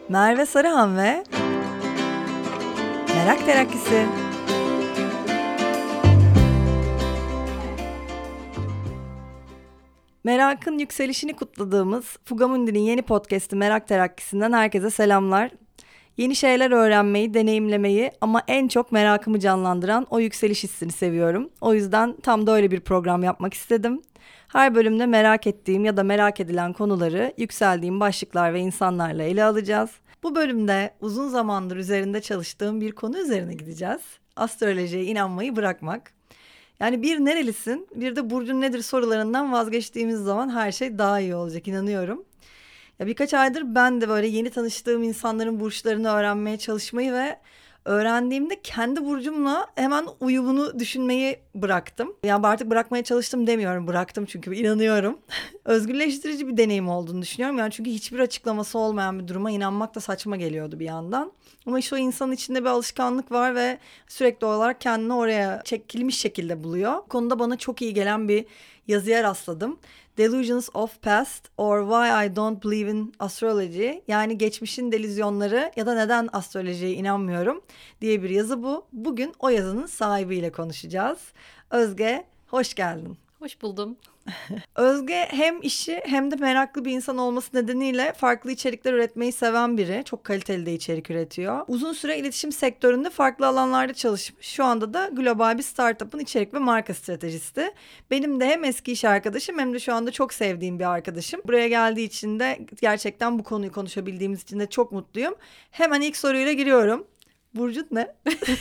Merve Sarıhan ve Merak Terakkisi. Merakın yükselişini kutladığımız Fugamundi'nin yeni podcast'i Merak Terakkisi'nden herkese selamlar. Yeni şeyler öğrenmeyi, deneyimlemeyi ama en çok merakımı canlandıran o yükseliş hissini seviyorum. O yüzden tam da öyle bir program yapmak istedim. Her bölümde merak ettiğim ya da merak edilen konuları yükseldiğim başlıklar ve insanlarla ele alacağız. Bu bölümde uzun zamandır üzerinde çalıştığım bir konu üzerine gideceğiz. Astrolojiye inanmayı bırakmak. Yani bir nerelisin, bir de burcun nedir sorularından vazgeçtiğimiz zaman her şey daha iyi olacak, inanıyorum. Ya birkaç aydır ben de böyle yeni tanıştığım insanların burçlarını öğrenmeye çalışmayı ve öğrendiğimde kendi burcumla hemen uyumunu düşünmeyi bıraktım. Yani artık bırakmaya çalıştım demiyorum, bıraktım çünkü inanıyorum. Özgürleştirici bir deneyim olduğunu düşünüyorum. Yani çünkü hiçbir açıklaması olmayan bir duruma inanmak da saçma geliyordu bir yandan. Ama işte o insanın içinde bir alışkanlık var ve sürekli olarak kendini oraya çekilmiş şekilde buluyor. Bu konuda bana çok iyi gelen bir yazıya rastladım. Delusions of Past or Why I Don't Believe in Astrology, yani geçmişin delüzyonları ya da neden astrolojiye inanmıyorum diye bir yazı bu. Bugün o yazının sahibiyle konuşacağız. Özge, hoş geldin. Hoş buldum. Özge hem işi hem de meraklı bir insan olması nedeniyle farklı içerikler üretmeyi seven biri. Çok kaliteli de içerik üretiyor. Uzun süre iletişim sektöründe farklı alanlarda çalışmış. Şu anda da global bir startup'ın içerik ve marka stratejisti. Benim de hem eski iş arkadaşım hem de şu anda çok sevdiğim bir arkadaşım. Buraya geldiği için de gerçekten bu konuyu konuşabildiğimiz için de çok mutluyum. Hemen ilk soruyla giriyorum. Burcun ne?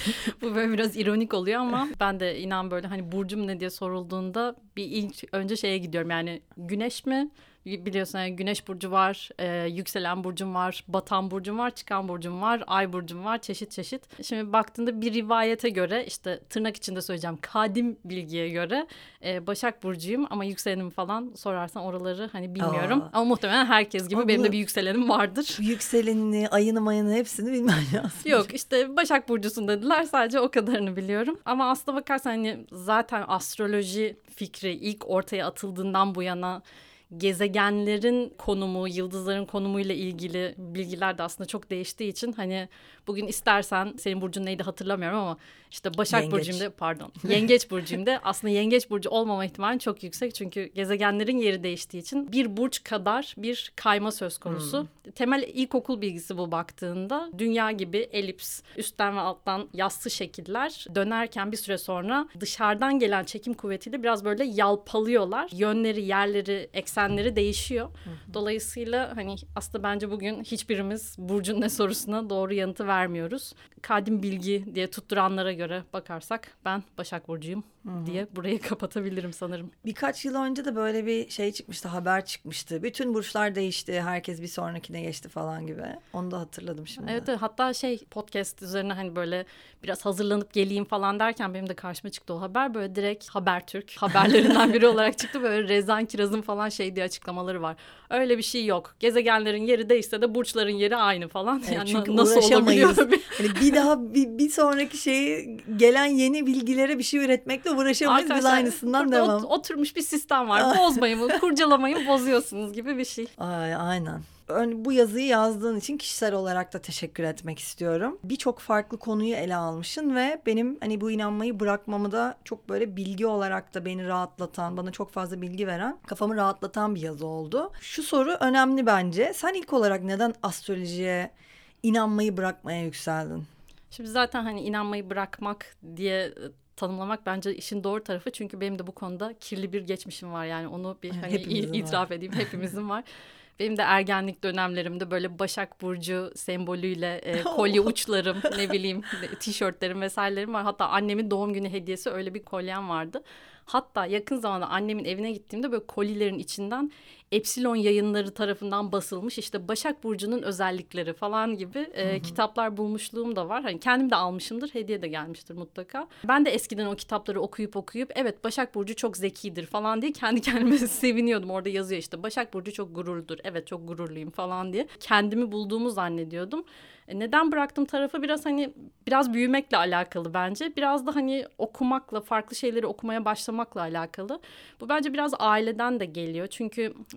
Bu böyle biraz ironik oluyor ama ben de inan böyle hani burcum ne diye sorulduğunda bir ilk önce şeye gidiyorum. Yani güneş mi? Biliyorsun yani güneş burcu var, yükselen burcum var, batan burcum var, çıkan burcum var, ay burcum var, çeşit çeşit. Şimdi baktığında bir rivayete göre, işte tırnak içinde söyleyeceğim, kadim bilgiye göre Başak burcuyum ama yükselenim falan sorarsan oraları hani bilmiyorum. Ama muhtemelen herkes gibi benim de bir yükselenim vardır. Yükselenini, ayını mayını hepsini bilmem lazım. Yok, işte Başak burcusun dediler, sadece o kadarını biliyorum. Ama aslına bakarsan hani zaten astroloji fikri ilk ortaya atıldığından bu yana gezegenlerin konumu, yıldızların konumuyla ilgili bilgiler de aslında çok değiştiği için hani bugün istersen, senin burcun neydi hatırlamıyorum ama işte Başak burcuyum Yengeç burcuyum de aslında Yengeç burcu olmama ihtimali çok yüksek. Çünkü gezegenlerin yeri değiştiği için bir burç kadar bir kayma söz konusu. Temel ilkokul bilgisi bu baktığında. Dünya gibi elips, üstten ve alttan yassı şekiller dönerken bir süre sonra dışarıdan gelen çekim kuvvetiyle biraz böyle yalpalıyorlar. Yönleri, yerleri, eksenleri değişiyor. Dolayısıyla hani aslında bence bugün hiçbirimiz burcun ne sorusuna doğru yanıtı vermiyoruz. Kadim bilgi diye tutturanlara göre bakarsak ben Başak burcuyum diye burayı kapatabilirim sanırım. Birkaç yıl önce de böyle bir şey çıkmıştı, haber çıkmıştı. Bütün burçlar değişti, herkes bir sonrakine geçti falan gibi. Onu da hatırladım şimdi. Evet, hatta podcast üzerine hani böyle biraz hazırlanıp geleyim falan derken benim de karşıma çıktı o haber. Böyle direkt Habertürk haberlerinden biri olarak çıktı. Böyle Rezan Kiraz'ın falan diye açıklamaları var. Öyle bir şey yok. Gezegenlerin yeri değişse de burçların yeri aynı falan. Evet, yani çünkü nasıl olabiliyor? Hani bir daha bir sonraki şeyi, gelen yeni bilgilere bir şey üretmekle uğraşamayız. Biz aynısından devam. Oturmuş bir sistem var. Bozmayın, kurcalamayın, bozuyorsunuz gibi bir şey. Aynen. Bu yazıyı yazdığın için kişisel olarak da teşekkür etmek istiyorum. Birçok farklı konuyu ele almışsın ve benim hani bu inanmayı bırakmamı da çok böyle bilgi olarak da beni rahatlatan, bana çok fazla bilgi veren, kafamı rahatlatan bir yazı oldu. Şu soru önemli bence. Sen ilk olarak neden astrolojiye inanmayı bırakmaya yükseldin? Şimdi zaten hani inanmayı bırakmak diye tanımlamak bence işin doğru tarafı. Çünkü benim de bu konuda kirli bir geçmişim var. Yani onu bir hani itiraf edeyim, hepimizin var. Benim de ergenlik dönemlerimde böyle Başak Burcu sembolüyle kolye uçlarım, ne bileyim tişörtlerim vesairelerim var. Hatta annemin doğum günü hediyesi öyle bir kolyem vardı. Hatta yakın zamanda annemin evine gittiğimde böyle kolilerin içinden Epsilon Yayınları tarafından basılmış işte Başak Burcu'nun özellikleri falan gibi kitaplar bulmuşluğum da var. Hani kendim de almışımdır, hediye de gelmiştir mutlaka. Ben de eskiden o kitapları okuyup evet Başak Burcu çok zekidir falan diye kendi kendime seviniyordum. Orada yazıyor işte Başak Burcu çok gururludur. Evet, çok gururluyum falan diye. Kendimi bulduğumu zannediyordum. Neden bıraktım tarafı biraz büyümekle alakalı bence. Biraz da hani okumakla, farklı şeyleri okumaya başlamakla alakalı. Bu bence biraz aileden de geliyor. Çünkü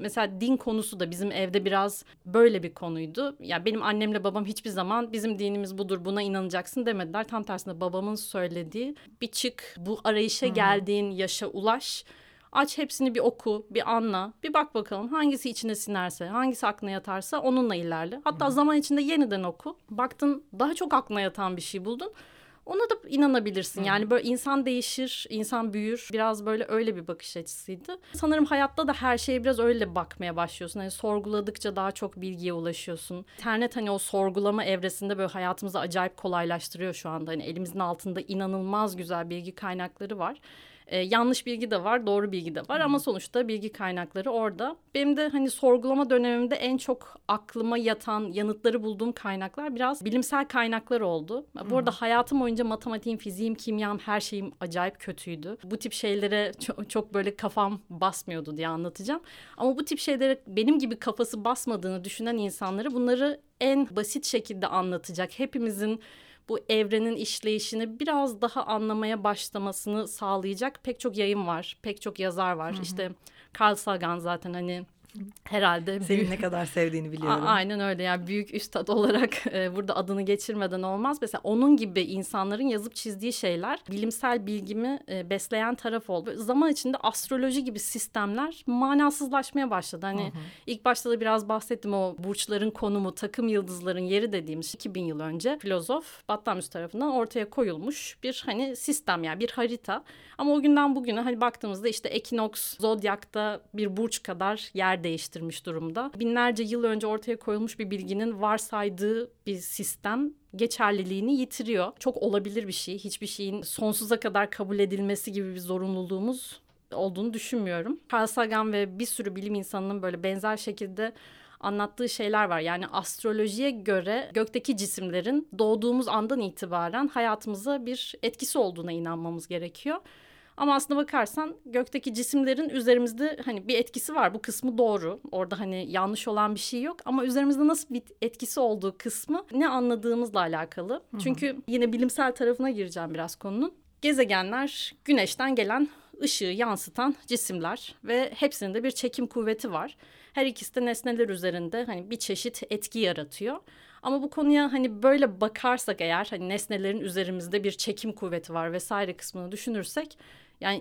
Mesela din konusu da bizim evde biraz böyle bir konuydu. Ya benim annemle babam hiçbir zaman bizim dinimiz budur, buna inanacaksın demediler. Tam tersine babamın söylediği, bir çık, bu arayışa geldiğin yaşa ulaş. Aç, hepsini bir oku, bir anla, bir bak bakalım hangisi içine sinerse, hangisi aklına yatarsa onunla ilerle. Hatta zaman içinde yeniden oku. Baktın daha çok aklına yatan bir şey buldun. Ona da inanabilirsin. Yani böyle insan değişir, insan büyür. Biraz böyle öyle bir bakış açısıydı. Sanırım hayatta da her şeye biraz öyle bakmaya başlıyorsun. Hani sorguladıkça daha çok bilgiye ulaşıyorsun. İnternet hani o sorgulama evresinde böyle hayatımızı acayip kolaylaştırıyor şu anda. Hani elimizin altında inanılmaz güzel bilgi kaynakları var. Yanlış bilgi de var, doğru bilgi de var ama sonuçta bilgi kaynakları orada. Benim de hani sorgulama dönemimde en çok aklıma yatan yanıtları bulduğum kaynaklar biraz bilimsel kaynaklar oldu. Bu arada hayatım boyunca matematiğim, fiziğim, kimyam, her şeyim acayip kötüydü. Bu tip şeylere çok böyle kafam basmıyordu diye anlatacağım. Ama bu tip şeylere benim gibi kafası basmadığını düşünen insanları bunları en basit şekilde anlatacak, hepimizin bu evrenin işleyişini biraz daha anlamaya başlamasını sağlayacak pek çok yayın var, pek çok yazar var. İşte Carl Sagan zaten hani herhalde senin ne kadar sevdiğini biliyorum. Aynen öyle, yani büyük üstad olarak burada adını geçirmeden olmaz. Mesela onun gibi insanların yazıp çizdiği şeyler bilimsel bilgimi besleyen taraf oldu. Zaman içinde astroloji gibi sistemler manasızlaşmaya başladı. Hani ilk başta da biraz bahsettim, o burçların konumu, takım yıldızların yeri dediğimiz 2000 yıl önce filozof Batlamyus tarafından ortaya koyulmuş bir hani sistem, yani bir harita. Ama o günden bugüne hani baktığımızda işte ekinoks zodyakta bir burç kadar yer değiştirmiş durumda. Binlerce yıl önce ortaya koyulmuş bir bilginin varsaydığı bir sistem geçerliliğini yitiriyor. Çok olabilir bir şey. Hiçbir şeyin sonsuza kadar kabul edilmesi gibi bir zorunluluğumuz olduğunu düşünmüyorum. Carl Sagan ve bir sürü bilim insanının böyle benzer şekilde anlattığı şeyler var. Yani astrolojiye göre gökteki cisimlerin doğduğumuz andan itibaren hayatımıza bir etkisi olduğuna inanmamız gerekiyor. Ama aslına bakarsan gökteki cisimlerin üzerimizde hani bir etkisi var. Bu kısmı doğru. Orada hani yanlış olan bir şey yok. Ama üzerimizde nasıl bir etkisi olduğu kısmı ne anladığımızla alakalı. Çünkü yine bilimsel tarafına gireceğim biraz konunun. Gezegenler güneşten gelen ışığı yansıtan cisimler ve hepsinin de bir çekim kuvveti var. Her ikisi de nesneler üzerinde hani bir çeşit etki yaratıyor. Ama bu konuya hani böyle bakarsak eğer, hani nesnelerin üzerimizde bir çekim kuvveti var vesaire kısmını düşünürsek, yani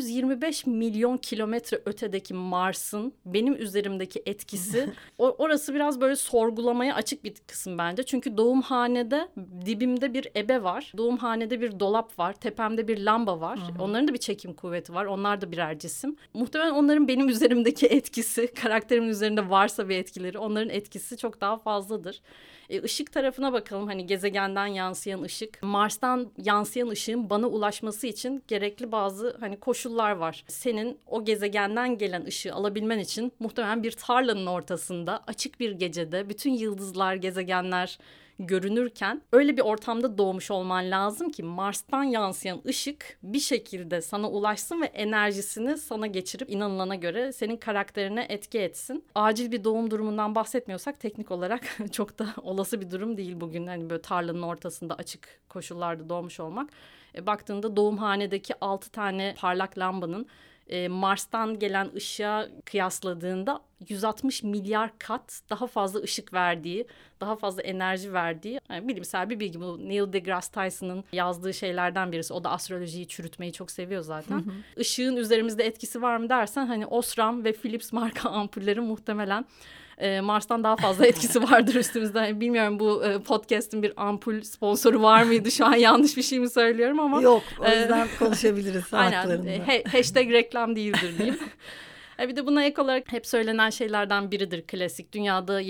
225 milyon kilometre ötedeki Mars'ın benim üzerimdeki etkisi orası biraz böyle sorgulamaya açık bir kısım bence. Çünkü doğumhanede dibimde bir ebe var. Doğumhanede bir dolap var. Tepemde bir lamba var. Onların da bir çekim kuvveti var. Onlar da birer cisim. Muhtemelen onların benim üzerimdeki etkisi, karakterimin üzerinde varsa bir etkileri, onların etkisi çok daha fazladır. Işık tarafına bakalım, hani gezegenden yansıyan ışık. Mars'tan yansıyan ışığın bana ulaşması için gerekli bazı hani koşullar var. Senin o gezegenden gelen ışığı alabilmen için muhtemelen bir tarlanın ortasında açık bir gecede bütün yıldızlar, gezegenler görünürken öyle bir ortamda doğmuş olman lazım ki Mars'tan yansıyan ışık bir şekilde sana ulaşsın ve enerjisini sana geçirip inanılana göre senin karakterine etki etsin. Acil bir doğum durumundan bahsetmiyorsak teknik olarak çok da olası bir durum değil bugün. Hani böyle tarlanın ortasında açık koşullarda doğmuş olmak. Baktığında doğumhanedeki 6 tane parlak lambanın Mars'tan gelen ışığa kıyasladığında 160 milyar kat daha fazla ışık verdiği, daha fazla enerji verdiği yani bilimsel bir bilgi. Bu Neil deGrasse Tyson'ın yazdığı şeylerden birisi. O da astrolojiyi çürütmeyi çok seviyor zaten. Işığın üzerimizde etkisi var mı dersen hani Osram ve Philips marka ampullerin muhtemelen Mars'tan daha fazla etkisi vardır üstümüzde. Bilmiyorum, bu podcast'in bir ampul sponsoru var mıydı? Şu an yanlış bir şey mi söylüyorum ama. Yok, o yüzden konuşabiliriz haklarında. Aynen, hashtag reklam değildir diyeyim. Bir de buna ek olarak hep söylenen şeylerden biridir klasik. Dünyada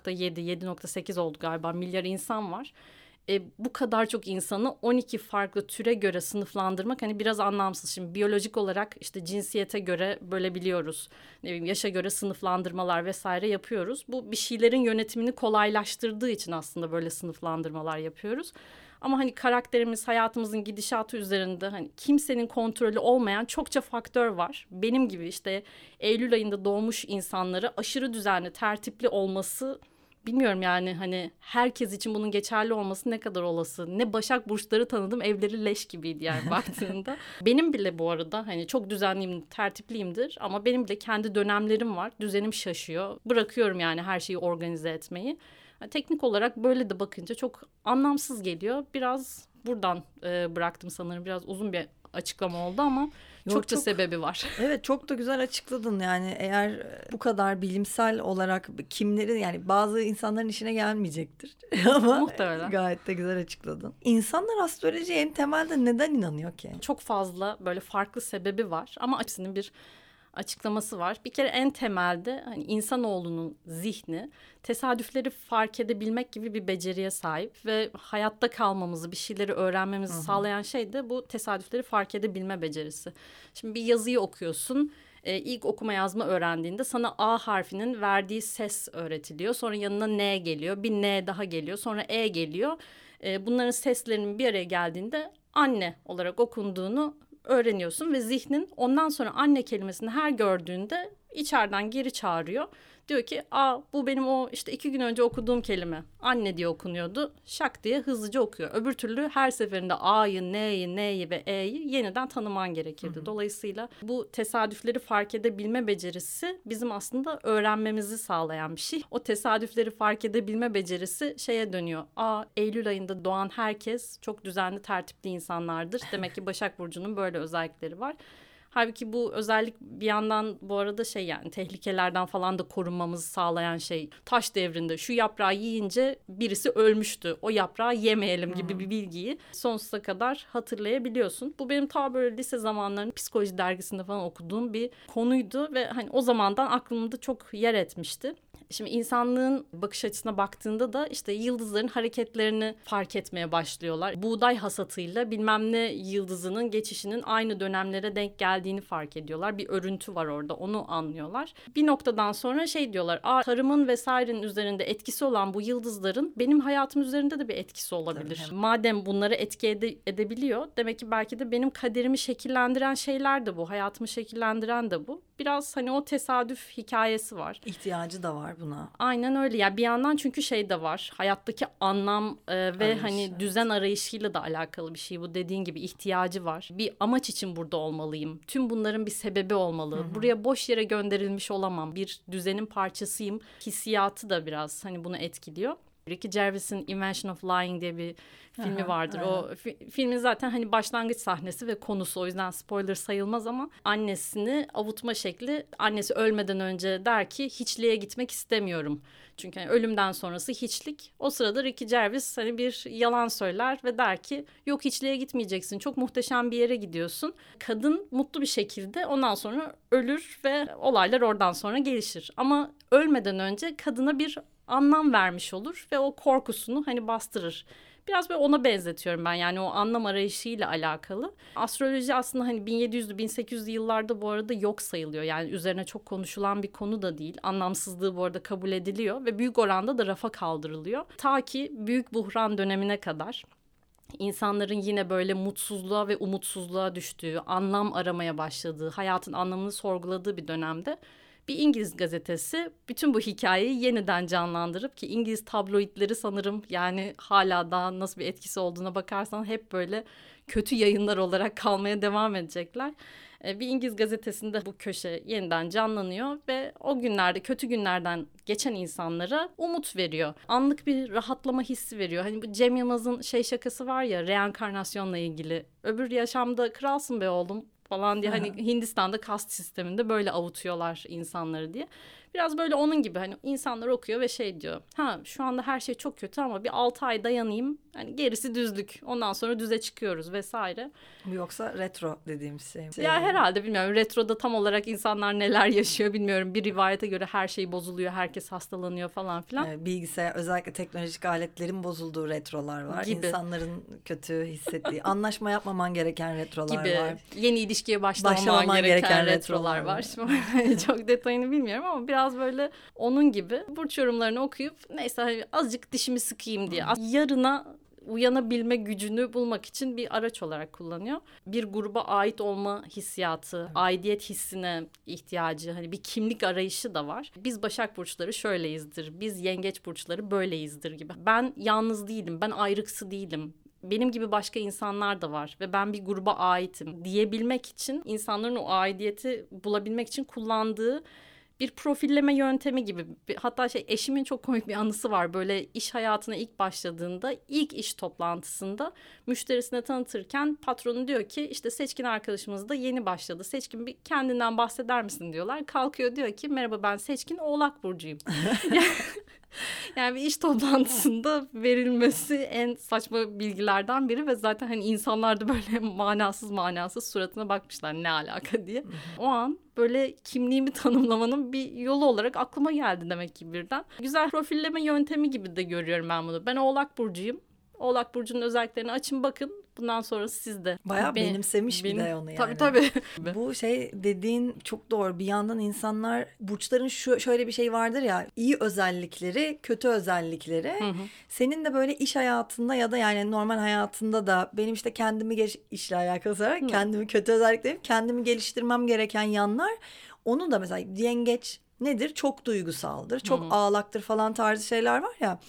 7.8 oldu galiba milyar insan var. Bu kadar çok insanı 12 farklı türe göre sınıflandırmak hani biraz anlamsız. Şimdi biyolojik olarak işte cinsiyete göre bölebiliyoruz. Ne bileyim, yaşa göre sınıflandırmalar vesaire yapıyoruz. Bu bir şeylerin yönetimini kolaylaştırdığı için aslında böyle sınıflandırmalar yapıyoruz. Ama hani karakterimiz, hayatımızın gidişatı üzerinde hani kimsenin kontrolü olmayan çokça faktör var. Benim gibi işte Eylül ayında doğmuş insanları aşırı düzenli, tertipli olması bilmiyorum yani hani herkes için bunun geçerli olması ne kadar olası. Ne Başak burçları tanıdım, evleri leş gibiydi yani baktığında. Benim bile bu arada hani çok düzenliyim, tertipliyimdir ama benim bile kendi dönemlerim var. Düzenim şaşıyor. Bırakıyorum yani her şeyi organize etmeyi. Yani teknik olarak böyle de bakınca çok anlamsız geliyor. Biraz buradan bıraktım sanırım. Biraz uzun bir açıklama oldu ama çokça sebebi var. Evet, çok da güzel açıkladın. Yani eğer bu kadar bilimsel olarak kimleri, yani bazı insanların işine gelmeyecektir ama Muhtemelen. gayet de güzel açıkladın. İnsanlar astrolojiye en temelde neden inanıyor ki? Çok fazla böyle farklı sebebi var ama açısının bir açıklaması var. Bir kere en temelde hani insanoğlunun zihni tesadüfleri fark edebilmek gibi bir beceriye sahip ve hayatta kalmamızı, bir şeyleri öğrenmemizi sağlayan şey de bu tesadüfleri fark edebilme becerisi. Şimdi bir yazıyı okuyorsun. İlk okuma yazma öğrendiğinde sana A harfinin verdiği ses öğretiliyor. Sonra yanına N geliyor, bir N daha geliyor, sonra E geliyor. Bunların seslerinin bir araya geldiğinde anne olarak okunduğunu öğreniyorsun ve zihnin ondan sonra anne kelimesini her gördüğünde içeriden geri çağırıyor. Diyor ki bu benim o işte 2 gün önce okuduğum kelime, anne diye okunuyordu, şak diye hızlıca okuyor. Öbür türlü her seferinde A'yı, N'yi ve E'yi yeniden tanıman gerekirdi. Dolayısıyla bu tesadüfleri fark edebilme becerisi bizim aslında öğrenmemizi sağlayan bir şey. O tesadüfleri fark edebilme becerisi şeye dönüyor. Eylül ayında doğan herkes çok düzenli, tertipli insanlardır. Demek ki Başak Burcu'nun böyle özellikleri var. Halbuki bu özellik bir yandan bu arada yani tehlikelerden falan da korunmamızı sağlayan şey. Taş devrinde şu yaprağı yiyince birisi ölmüştü. O yaprağı yemeyelim gibi bir bilgiyi sonsuza kadar hatırlayabiliyorsun. Bu benim ta böyle lise zamanlarında psikoloji dergisinde falan okuduğum bir konuydu ve hani o zamandan aklımda çok yer etmişti. Şimdi insanlığın bakış açısına baktığında da işte yıldızların hareketlerini fark etmeye başlıyorlar. Buğday hasatıyla bilmem ne yıldızının geçişinin aynı dönemlere denk geldiğini fark ediyorlar. Bir örüntü var orada, onu anlıyorlar. Bir noktadan sonra diyorlar, tarımın vesairenin üzerinde etkisi olan bu yıldızların benim hayatım üzerinde de bir etkisi olabilir. Tabii. Madem bunları etki edebiliyor, demek ki belki de benim kaderimi şekillendiren şeyler de bu, hayatımı şekillendiren de bu. Biraz hani o tesadüf hikayesi var. İhtiyacı da var buna. Aynen öyle ya, bir yandan çünkü de var, hayattaki anlam ve hani düzen arayışıyla da alakalı bir şey bu, dediğin gibi ihtiyacı var. Bir amaç için burada olmalıyım, tüm bunların bir sebebi olmalı, buraya boş yere gönderilmiş olamam, bir düzenin parçasıyım hissiyatı da biraz hani bunu etkiliyor. Ricky Gervais'in Invention of Lying diye bir filmi vardır. O filmin zaten hani başlangıç sahnesi ve konusu, o yüzden spoiler sayılmaz ama annesini avutma şekli, annesi ölmeden önce der ki hiçliğe gitmek istemiyorum. Çünkü hani ölümden sonrası hiçlik. O sırada Ricky Gervais hani bir yalan söyler ve der ki yok, hiçliğe gitmeyeceksin, çok muhteşem bir yere gidiyorsun. Kadın mutlu bir şekilde ondan sonra ölür ve olaylar oradan sonra gelişir. Ama ölmeden önce kadına bir anlam vermiş olur ve o korkusunu hani bastırır. Biraz böyle ona benzetiyorum ben, yani o anlam arayışıyla alakalı. Astroloji aslında hani 1700'lü 1800'lü yıllarda bu arada yok sayılıyor. Yani üzerine çok konuşulan bir konu da değil. Anlamsızlığı bu arada kabul ediliyor ve büyük oranda da rafa kaldırılıyor. Ta ki Büyük Buhran dönemine kadar. İnsanların yine böyle mutsuzluğa ve umutsuzluğa düştüğü, anlam aramaya başladığı, hayatın anlamını sorguladığı bir dönemde bir İngiliz gazetesi bütün bu hikayeyi yeniden canlandırıp, ki İngiliz tabloidleri sanırım yani hala daha nasıl bir etkisi olduğuna bakarsan hep böyle kötü yayınlar olarak kalmaya devam edecekler. Bir İngiliz gazetesinde bu köşe yeniden canlanıyor ve o günlerde, kötü günlerden geçen insanlara umut veriyor. Anlık bir rahatlama hissi veriyor. Hani bu Cem Yılmaz'ın şakası var ya, reenkarnasyonla ilgili. Öbür yaşamda kralsın be oğlum falan diye, hani Hindistan'da kast sisteminde böyle avutuyorlar insanları diye. Biraz böyle onun gibi hani insanlar okuyor ve diyor. Şu anda her şey çok kötü ama bir 6 ay dayanayım. Hani gerisi düzlük. Ondan sonra düze çıkıyoruz vesaire. Yoksa retro dediğimiz şey mi? Ya herhalde, bilmiyorum. Retroda tam olarak insanlar neler yaşıyor bilmiyorum. Bir rivayete göre her şey bozuluyor. Herkes hastalanıyor falan filan. Bilgisayar, özellikle teknolojik aletlerin bozulduğu retrolar var. Gibi. İnsanların kötü hissettiği, anlaşma yapmaman gereken retrolar gibi. Var. Yeni ilişkiye başlamaman gereken retrolar var. Çok detayını bilmiyorum ama biraz böyle onun gibi. Burç yorumlarını okuyup neyse hani azıcık dişimi sıkayım diye. Yarına uyanabilme gücünü bulmak için bir araç olarak kullanıyor. Bir gruba ait olma hissiyatı, aidiyet hissine ihtiyacı, hani bir kimlik arayışı da var. Biz Başak Burçları şöyleyizdir, biz Yengeç Burçları böyleyizdir gibi. Ben yalnız değilim, ben ayrıksı değilim. Benim gibi başka insanlar da var ve ben bir gruba aitim diyebilmek için, insanların o aidiyeti bulabilmek için kullandığı bir profilleme yöntemi gibi. Hatta eşimin çok komik bir anısı var. Böyle iş hayatına ilk başladığında, ilk iş toplantısında müşterisine tanıtırken patronu diyor ki işte Seçkin arkadaşımız da yeni başladı. Seçkin, bir kendinden bahseder misin diyorlar. Kalkıyor, diyor ki merhaba, ben Seçkin, Oğlak Burcu'yum. Yani bir iş toplantısında verilmesi en saçma bilgilerden biri ve zaten hani insanlar da böyle manasız suratına bakmışlar ne alaka diye. O an böyle kimliğimi tanımlamanın bir yolu olarak aklıma geldi demek ki birden. Güzel profilleme yöntemi gibi de görüyorum ben bunu. Ben Oğlak Burcu'yum. Oğlak Burcu'nun özelliklerini açın bakın. Bundan sonrası sizde. Bayağı benimsemiş bir de onu yani. Tabii. Bu dediğin çok doğru. Bir yandan insanlar, burçların şöyle bir şey vardır ya, iyi özellikleri, kötü özellikleri. Senin de böyle iş hayatında ya da yani normal hayatında da benim işte işle alakalı olarak kendimi, kötü özelliklerim, kendimi geliştirmem gereken yanlar. Onu da mesela yengeç nedir? Çok duygusaldır, çok ağlaktır falan tarzı şeyler var ya.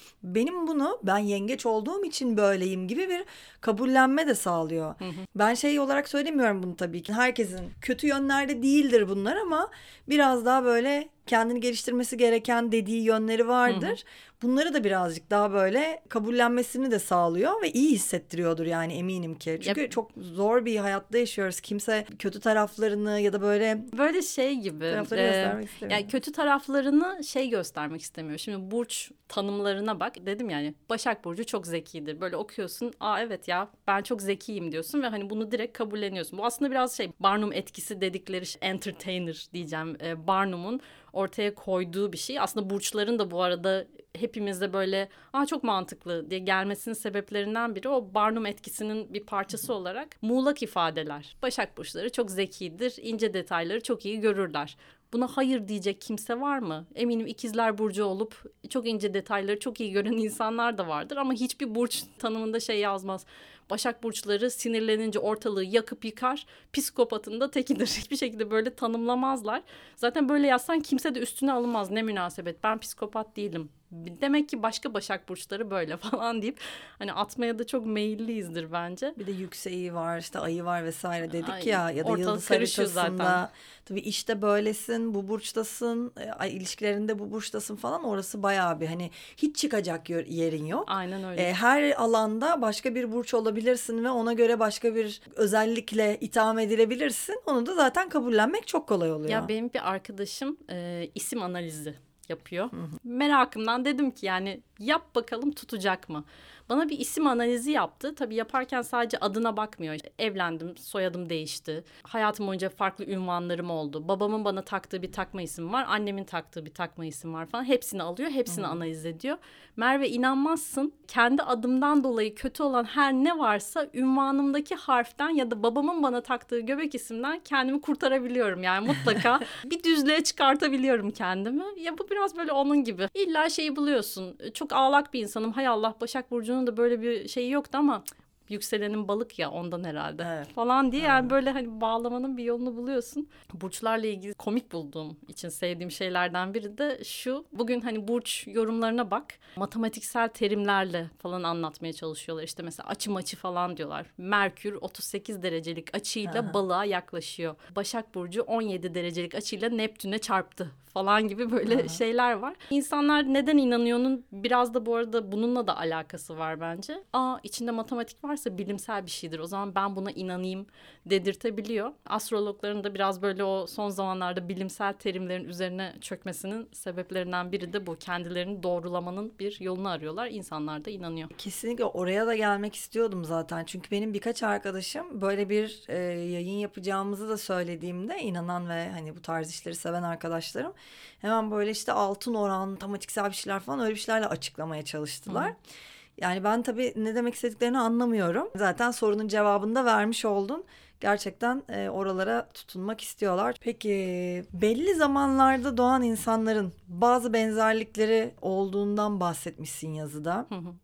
Ben yengeç olduğum için böyleyim gibi bir kabullenme de sağlıyor. Ben olarak söylemiyorum bunu tabii ki. Herkesin kötü yönlerde değildir bunlar ama biraz daha böyle kendini geliştirmesi gereken dediği yönleri vardır. Bunları da birazcık daha böyle kabullenmesini de sağlıyor ve iyi hissettiriyordur yani, eminim ki. Çünkü çok zor bir hayatta yaşıyoruz. Kimse kötü taraflarını ya da böyle şey gibi taraflarını göstermek istemiyor. Yani kötü taraflarını göstermek istemiyor. Şimdi burç tanımlarına bak. Dedim yani Başak Burcu çok zekidir. Böyle okuyorsun. Evet ya, ben çok zekiyim diyorsun ve hani bunu direkt kabulleniyorsun. Bu aslında biraz Barnum etkisi dedikleri entertainer diyeceğim. Barnum'un ortaya koyduğu bir şey. Aslında burçların da bu arada hepimizde böyle çok mantıklı diye gelmesinin sebeplerinden biri o Barnum etkisinin bir parçası olarak muğlak ifadeler. Başak Burçları çok zekidir, ince detayları çok iyi görürler. Buna hayır diyecek kimse var mı? Eminim ikizler burcu olup çok ince detayları çok iyi gören insanlar da vardır ama hiçbir burç tanımında yazmaz. Başak Burçları sinirlenince ortalığı yakıp yıkar, psikopatın da tekidir. Hiçbir şekilde böyle tanımlamazlar. Zaten böyle yazsan kimse de üstüne alınmaz. Ne münasebet, ben psikopat değilim. Demek ki başka Başak Burçları böyle falan deyip hani atmaya da çok meyilliyizdir bence. Bir de yükseği var, işte ayı var vesaire dedik ya da yıldız haritasında. Tabii işte böylesin, bu burçtasın, ilişkilerinde bu burçtasın falan, orası bayağı bir hani hiç çıkacak yerin yok. Aynen öyle. Her alanda başka bir burç olabilirsin ve ona göre başka bir özellikle itham edilebilirsin. Onu da zaten kabullenmek çok kolay oluyor. Ya benim bir arkadaşım isim analizi yapıyor. Merakımdan dedim ki yani yap bakalım tutacak mı? Bana bir isim analizi yaptı. Tabii yaparken sadece adına bakmıyor. Evlendim, soyadım değişti. Hayatım boyunca farklı ünvanlarım oldu. Babamın bana taktığı bir takma isim var. Annemin taktığı bir takma isim var falan. Hepsini alıyor, hepsini analiz ediyor. Merve, inanmazsın. Kendi adımdan dolayı kötü olan her ne varsa ünvanımdaki harften ya da babamın bana taktığı göbek isimden kendimi kurtarabiliyorum. Yani mutlaka bir düzlüğe çıkartabiliyorum kendimi. Ya bu biraz böyle onun gibi. İlla buluyorsun. Çok ağlak bir insanım. Hay Allah, Başak Burcu'nun da böyle bir şeyi yoktu ama yükselenin balık ya, ondan herhalde falan diye yani böyle hani bağlamanın bir yolunu buluyorsun. Burçlarla ilgili komik bulduğum için sevdiğim şeylerden biri de şu: bugün hani burç yorumlarına bak, matematiksel terimlerle falan anlatmaya çalışıyorlar. İşte mesela açı maçı falan diyorlar. Merkür 38 derecelik açıyla balığa yaklaşıyor. Başak Burcu 17 derecelik açıyla Neptün'e çarptı falan gibi böyle şeyler var. İnsanlar neden inanıyor'nun biraz da bu arada bununla da alakası var bence. İçinde matematik varsa bilimsel bir şeydir, o zaman ben buna inanayım dedirtebiliyor. Astrologların da biraz böyle o son zamanlarda bilimsel terimlerin üzerine çökmesinin sebeplerinden biri de bu. Kendilerini doğrulamanın bir yolunu arıyorlar. İnsanlar da inanıyor. Kesinlikle oraya da gelmek istiyordum zaten. Çünkü benim birkaç arkadaşım böyle bir yayın yapacağımızı da söylediğimde, inanan ve hani bu tarz işleri seven arkadaşlarım hemen böyle işte altın oran, matematiksel bir şeyler falan, öyle bir şeylerle açıklamaya çalıştılar. Yani ben tabii ne demek istediklerini anlamıyorum. Zaten sorunun cevabını da vermiş oldun. Gerçekten oralara tutunmak istiyorlar. Peki belli zamanlarda doğan insanların bazı benzerlikleri olduğundan bahsetmişsin yazıda.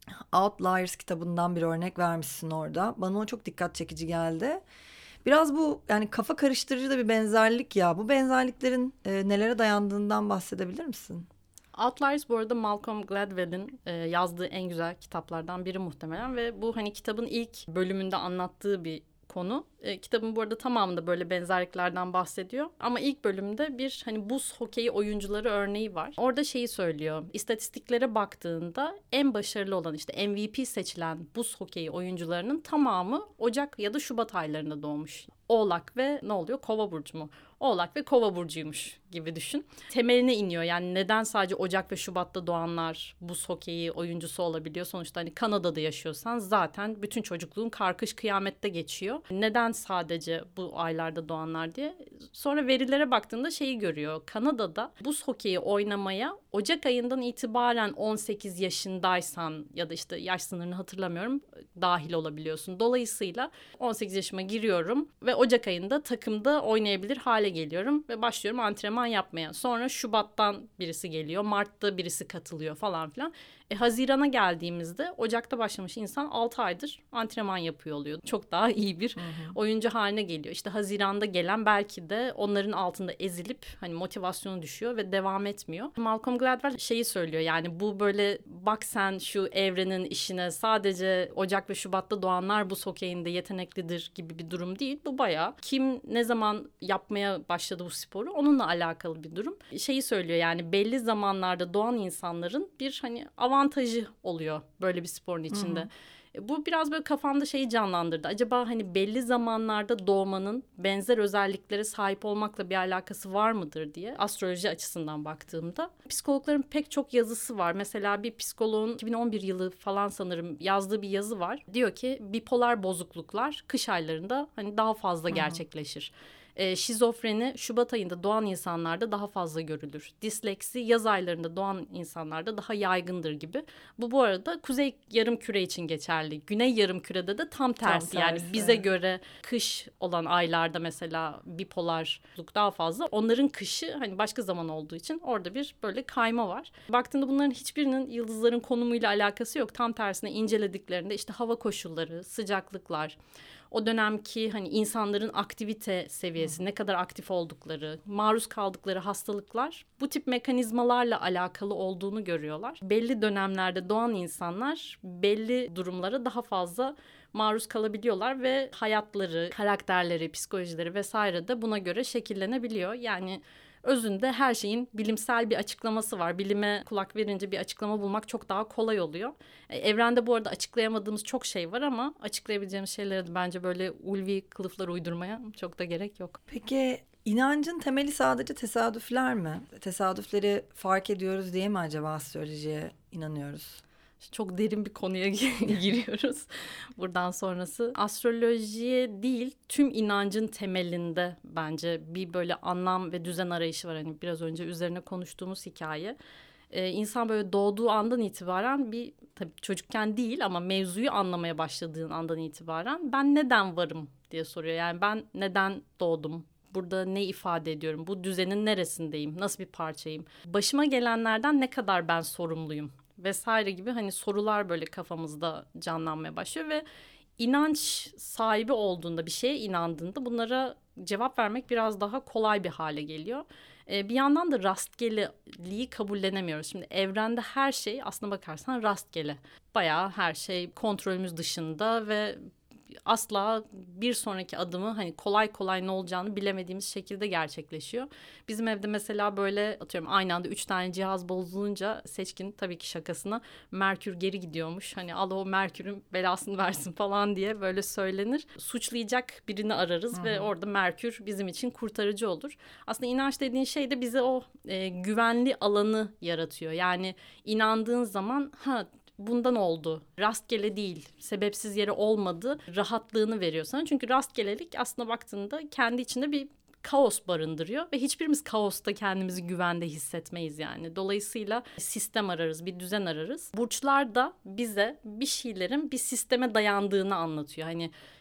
Outliers kitabından bir örnek vermişsin orada. Bana o çok dikkat çekici geldi. Biraz bu yani kafa karıştırıcı da bir benzerlik ya. Bu benzerliklerin nelere dayandığından bahsedebilir misin? Outliers bu arada Malcolm Gladwell'in yazdığı en güzel kitaplardan biri muhtemelen ve bu hani kitabın ilk bölümünde anlattığı bir konu. Kitabın bu arada tamamında böyle benzerliklerden bahsediyor. Ama ilk bölümde bir hani buz hokeyi oyuncuları örneği var. Orada şeyi söylüyor. İstatistiklere baktığında en başarılı olan işte MVP seçilen buz hokeyi oyuncularının tamamı Ocak ya da Şubat aylarında doğmuş. Oğlak ve ne oluyor? Kova burcu mu? Oğlak ve Kova burcuymuş gibi düşün. Temeline iniyor. Yani neden sadece Ocak ve Şubat'ta doğanlar buz hokeyi oyuncusu olabiliyor? Sonuçta hani Kanada'da yaşıyorsan zaten bütün çocukluğun karkış kıyamette geçiyor. Neden sadece bu aylarda doğanlar diye. Sonra verilere baktığında şeyi görüyor. Kanada'da buz hokeyi oynamaya Ocak ayından itibaren 18 yaşındaysan ya da işte yaş sınırını hatırlamıyorum dahil olabiliyorsun. Dolayısıyla 18 yaşıma giriyorum ve Ocak ayında takımda oynayabilir hale geliyorum ve başlıyorum antrenman yapmaya. Sonra Şubat'tan birisi geliyor, Mart'ta birisi katılıyor falan filan. Haziran'a geldiğimizde Ocak'ta başlamış insan 6 aydır antrenman yapıyor oluyor. Çok daha iyi bir oyuncu haline geliyor. İşte Haziran'da gelen belki de onların altında ezilip hani motivasyonu düşüyor ve devam etmiyor. Malcolm Gladwell şeyi söylüyor, yani bu böyle bak sen şu evrenin işine sadece Ocak ve Şubat'ta doğanlar bu hokeyinde yeteneklidir gibi bir durum değil. Bu bayağı kim ne zaman yapmaya başladı bu sporu onunla alakalı bir durum. Şeyi söylüyor, yani belli zamanlarda doğan insanların bir hani avantajı oluyor böyle bir sporun içinde. Bu biraz böyle kafamda şeyi canlandırdı. Acaba hani belli zamanlarda doğmanın benzer özelliklere sahip olmakla bir alakası var mıdır diye astroloji açısından baktığımda. Psikologların pek çok yazısı var. Mesela bir psikoloğun 2011 yılı falan sanırım yazdığı bir yazı var. Diyor ki bipolar bozukluklar kış aylarında hani daha fazla gerçekleşir. Şizofreni Şubat ayında doğan insanlarda daha fazla görülür. Disleksi yaz aylarında doğan insanlarda daha yaygındır gibi. Bu arada Kuzey Yarımküre için geçerli. Güney Yarımküre'de de tam tersi. Yani bize göre kış olan aylarda mesela bipolarlık daha fazla. Onların kışı hani başka zaman olduğu için orada bir böyle kayma var. Baktığında bunların hiçbirinin yıldızların konumuyla alakası yok. Tam tersine incelediklerinde işte hava koşulları, sıcaklıklar, o dönemki hani insanların aktivite seviyesi, ne kadar aktif oldukları, maruz kaldıkları hastalıklar bu tip mekanizmalarla alakalı olduğunu görüyorlar. Belli dönemlerde doğan insanlar belli durumlara daha fazla maruz kalabiliyorlar ve hayatları, karakterleri, psikolojileri vesaire de buna göre şekillenebiliyor. Yani özünde her şeyin bilimsel bir açıklaması var. Bilime kulak verince bir açıklama bulmak çok daha kolay oluyor. Evrende bu arada açıklayamadığımız çok şey var ama açıklayabileceğimiz şeylere de bence böyle ulvi kılıflar uydurmaya çok da gerek yok. Peki inancın temeli sadece tesadüfler mi? Tesadüfleri fark ediyoruz diye mi acaba astrolojiye inanıyoruz? Çok derin bir konuya giriyoruz buradan sonrası. Astrolojiye değil, tüm inancın temelinde bence bir böyle anlam ve düzen arayışı var. Hani biraz önce üzerine konuştuğumuz hikaye. İnsan böyle doğduğu andan itibaren bir, tabii çocukken değil ama mevzuyu anlamaya başladığın andan itibaren ben neden varım diye soruyor. Yani ben neden doğdum? Burada ne ifade ediyorum? Bu düzenin neresindeyim? Nasıl bir parçayım? Başıma gelenlerden ne kadar ben sorumluyum? Vesaire gibi hani sorular böyle kafamızda canlanmaya başlıyor ve inanç sahibi olduğunda, bir şeye inandığında bunlara cevap vermek biraz daha kolay bir hale geliyor. Bir yandan da rastgeleliği kabullenemiyoruz. Şimdi evrende her şey aslına bakarsan rastgele. Bayağı her şey kontrolümüz dışında ve asla bir sonraki adımı hani kolay kolay ne olacağını bilemediğimiz şekilde gerçekleşiyor. Bizim evde mesela böyle atıyorum aynı anda 3 tane cihaz bozulunca Seçkin tabii ki şakasına Merkür geri gidiyormuş. Hani al o Merkür'ün belasını versin falan diye böyle söylenir. Suçlayacak birini ararız ve orada Merkür bizim için kurtarıcı olur. Aslında inanç dediğin şey de bize o güvenli alanı yaratıyor. Yani inandığın zaman bundan oldu. Rastgele değil, sebepsiz yere olmadı rahatlığını veriyor sana. Çünkü rastgelelik aslında baktığında kendi içinde bir kaos barındırıyor ve hiçbirimiz kaosta kendimizi güvende hissetmeyiz yani. Dolayısıyla sistem ararız, bir düzen ararız. Burçlar da bize bir şeylerin bir sisteme dayandığını anlatıyor. Hani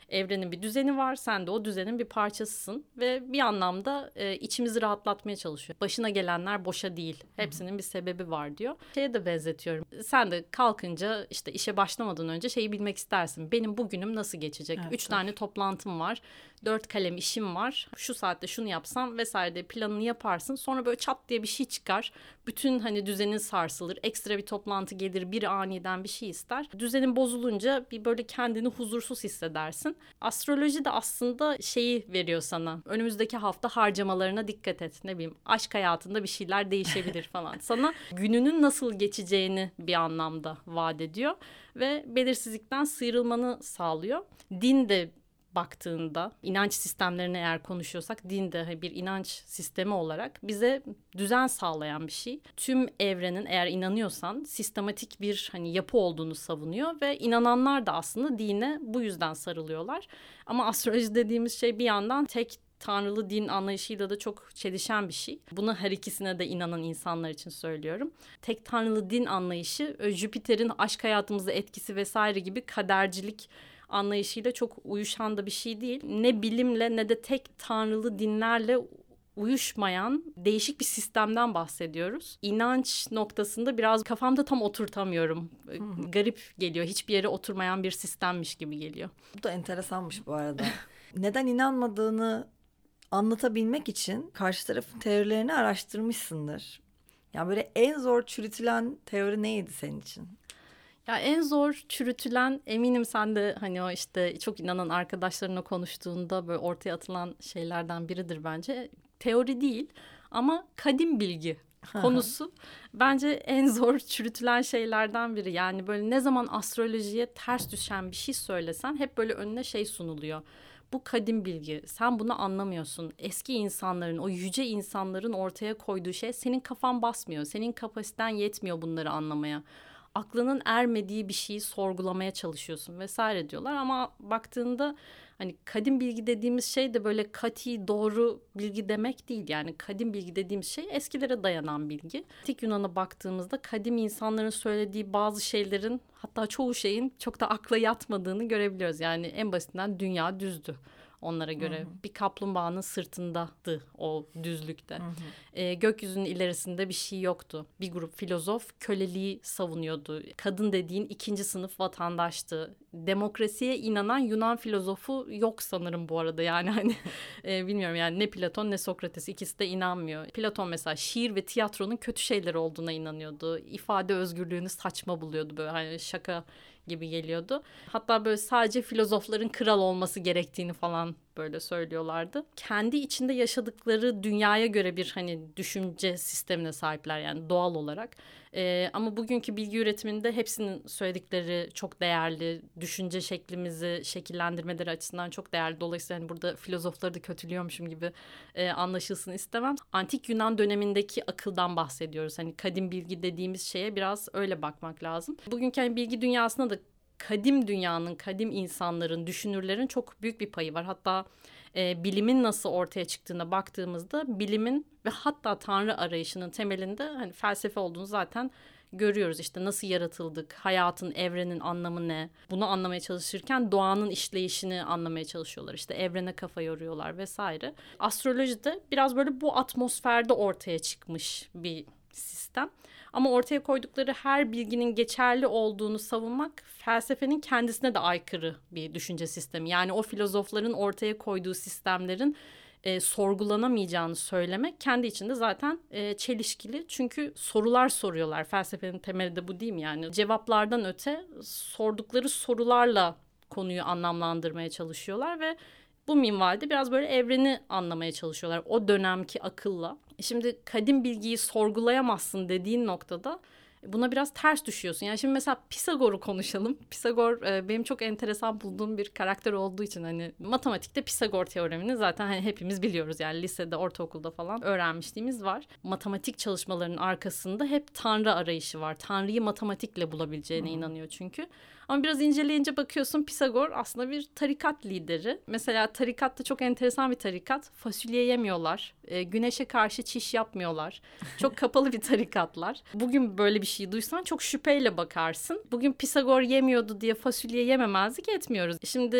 Evrenin bir düzeni var, sen de o düzenin bir parçasısın ve bir anlamda içimizi rahatlatmaya çalışıyor. Başına gelenler boşa değil, hepsinin bir sebebi var diyor. Şeye de benzetiyorum. Sen de kalkınca işte işe başlamadan önce şeyi bilmek istersin. Benim bugünüm nasıl geçecek? Evet, 3 tane toplantım var, 4 kalem işim var. Şu saatte şunu yapsam vesaire de planını yaparsın. Sonra böyle çat diye bir şey çıkar. Bütün hani düzenin sarsılır. Ekstra bir toplantı gelir, bir aniden bir şey ister. Düzenin bozulunca bir böyle kendini huzursuz hissedersin. Astroloji de aslında şeyi veriyor sana. Önümüzdeki hafta harcamalarına dikkat et. Ne bileyim, aşk hayatında bir şeyler değişebilir falan. Sana gününün nasıl geçeceğini bir anlamda vaat ediyor ve belirsizlikten sıyrılmanı sağlıyor. Din de baktığında, inanç sistemlerini eğer konuşuyorsak, din de bir inanç sistemi olarak bize düzen sağlayan bir şey. Tüm evrenin, eğer inanıyorsan, sistematik bir hani yapı olduğunu savunuyor ve inananlar da aslında dine bu yüzden sarılıyorlar. Ama astroloji dediğimiz şey bir yandan tek tanrılı din anlayışıyla da çok çelişen bir şey. Bunu her ikisine de inanan insanlar için söylüyorum. Tek tanrılı din anlayışı, Jüpiter'in aşk hayatımıza etkisi vesaire gibi kadercilik anlayışıyla çok uyuşan da bir şey değil. Ne bilimle ne de tek tanrılı dinlerle uyuşmayan değişik bir sistemden bahsediyoruz. İnanç noktasında biraz kafamda tam oturtamıyorum. Garip geliyor. Hiçbir yere oturmayan bir sistemmiş gibi geliyor. Bu da enteresanmış bu arada. Neden inanmadığını anlatabilmek için karşı tarafın teorilerini araştırmışsındır. Yani böyle en zor çürütülen teori neydi senin için? Ya en zor çürütülen, eminim sen de hani o işte çok inanan arkadaşlarına konuştuğunda böyle ortaya atılan şeylerden biridir bence. Teori değil ama kadim bilgi konusu bence en zor çürütülen şeylerden biri. Yani böyle ne zaman astrolojiye ters düşen bir şey söylesen hep böyle önüne şey sunuluyor. Bu kadim bilgi, sen bunu anlamıyorsun. Eski insanların, o yüce insanların ortaya koyduğu şey senin kafan basmıyor. Senin kapasiten yetmiyor bunları anlamaya. Aklının ermediği bir şeyi sorgulamaya çalışıyorsun vesaire diyorlar. Ama baktığında hani kadim bilgi dediğimiz şey de böyle kati doğru bilgi demek değil. Yani kadim bilgi dediğimiz şey eskilere dayanan bilgi. Antik Yunan'a baktığımızda kadim insanların söylediği bazı şeylerin, hatta çoğu şeyin çok da akla yatmadığını görebiliyoruz. Yani en basitinden dünya düzdü onlara göre. Bir kaplumbağanın sırtındadı o düzlükte. Gökyüzünün ilerisinde bir şey yoktu. Bir grup filozof köleliği savunuyordu. Kadın dediğin ikinci sınıf vatandaştı. Demokrasiye inanan Yunan filozofu yok sanırım bu arada. Yani hani bilmiyorum, yani ne Platon ne Sokrates, ikisi de inanmıyor. Platon mesela şiir ve tiyatronun kötü şeyler olduğuna inanıyordu. İfade özgürlüğünü saçma buluyordu, böyle hani şaka gibi geliyordu. Hatta böyle sadece filozofların kral olması gerektiğini falan böyle söylüyorlardı. Kendi içinde yaşadıkları dünyaya göre bir hani düşünce sistemine sahipler yani doğal olarak. Ama bugünkü bilgi üretiminde hepsinin söyledikleri çok değerli. Düşünce şeklimizi şekillendirmeleri açısından çok değerli. Dolayısıyla hani burada filozofları da kötülüyormuşum gibi anlaşılsın istemem. Antik Yunan dönemindeki akıldan bahsediyoruz. Hani kadim bilgi dediğimiz şeye biraz öyle bakmak lazım. Bugünkü hani bilgi dünyasında da kadim dünyanın, kadim insanların, düşünürlerin çok büyük bir payı var. Hatta bilimin nasıl ortaya çıktığına baktığımızda bilimin ve hatta Tanrı arayışının temelinde hani felsefe olduğunu zaten görüyoruz. İşte nasıl yaratıldık, hayatın, evrenin anlamı ne? Bunu anlamaya çalışırken doğanın işleyişini anlamaya çalışıyorlar. İşte evrene kafa yoruyorlar vesaire. Astroloji de biraz böyle bu atmosferde ortaya çıkmış bir sistem. Ama ortaya koydukları her bilginin geçerli olduğunu savunmak felsefenin kendisine de aykırı bir düşünce sistemi. Yani o filozofların ortaya koyduğu sistemlerin sorgulanamayacağını söylemek kendi içinde zaten çelişkili. Çünkü sorular soruyorlar. Felsefenin temeli de bu değil mi? Yani cevaplardan öte sordukları sorularla konuyu anlamlandırmaya çalışıyorlar ve bu minvalde biraz böyle evreni anlamaya çalışıyorlar o dönemki akılla. Şimdi kadim bilgiyi sorgulayamazsın dediğin noktada buna biraz ters düşüyorsun. Yani şimdi mesela Pisagor'u konuşalım. Pisagor benim çok enteresan bulduğum bir karakter olduğu için hani matematikte Pisagor teoremini zaten hani hepimiz biliyoruz. Yani lisede, ortaokulda falan öğrenmişliğimiz var. Matematik çalışmalarının arkasında hep Tanrı arayışı var. Tanrı'yı matematikle bulabileceğine inanıyor çünkü. Ama biraz inceleyince bakıyorsun Pisagor aslında bir tarikat lideri. Mesela tarikat da çok enteresan bir tarikat. Fasulye yemiyorlar. Güneşe karşı çiş yapmıyorlar. Çok kapalı bir tarikatlar. Bugün böyle bir şey duysan çok şüpheyle bakarsın. Bugün Pisagor yemiyordu diye fasulye yememezlik etmiyoruz. Şimdi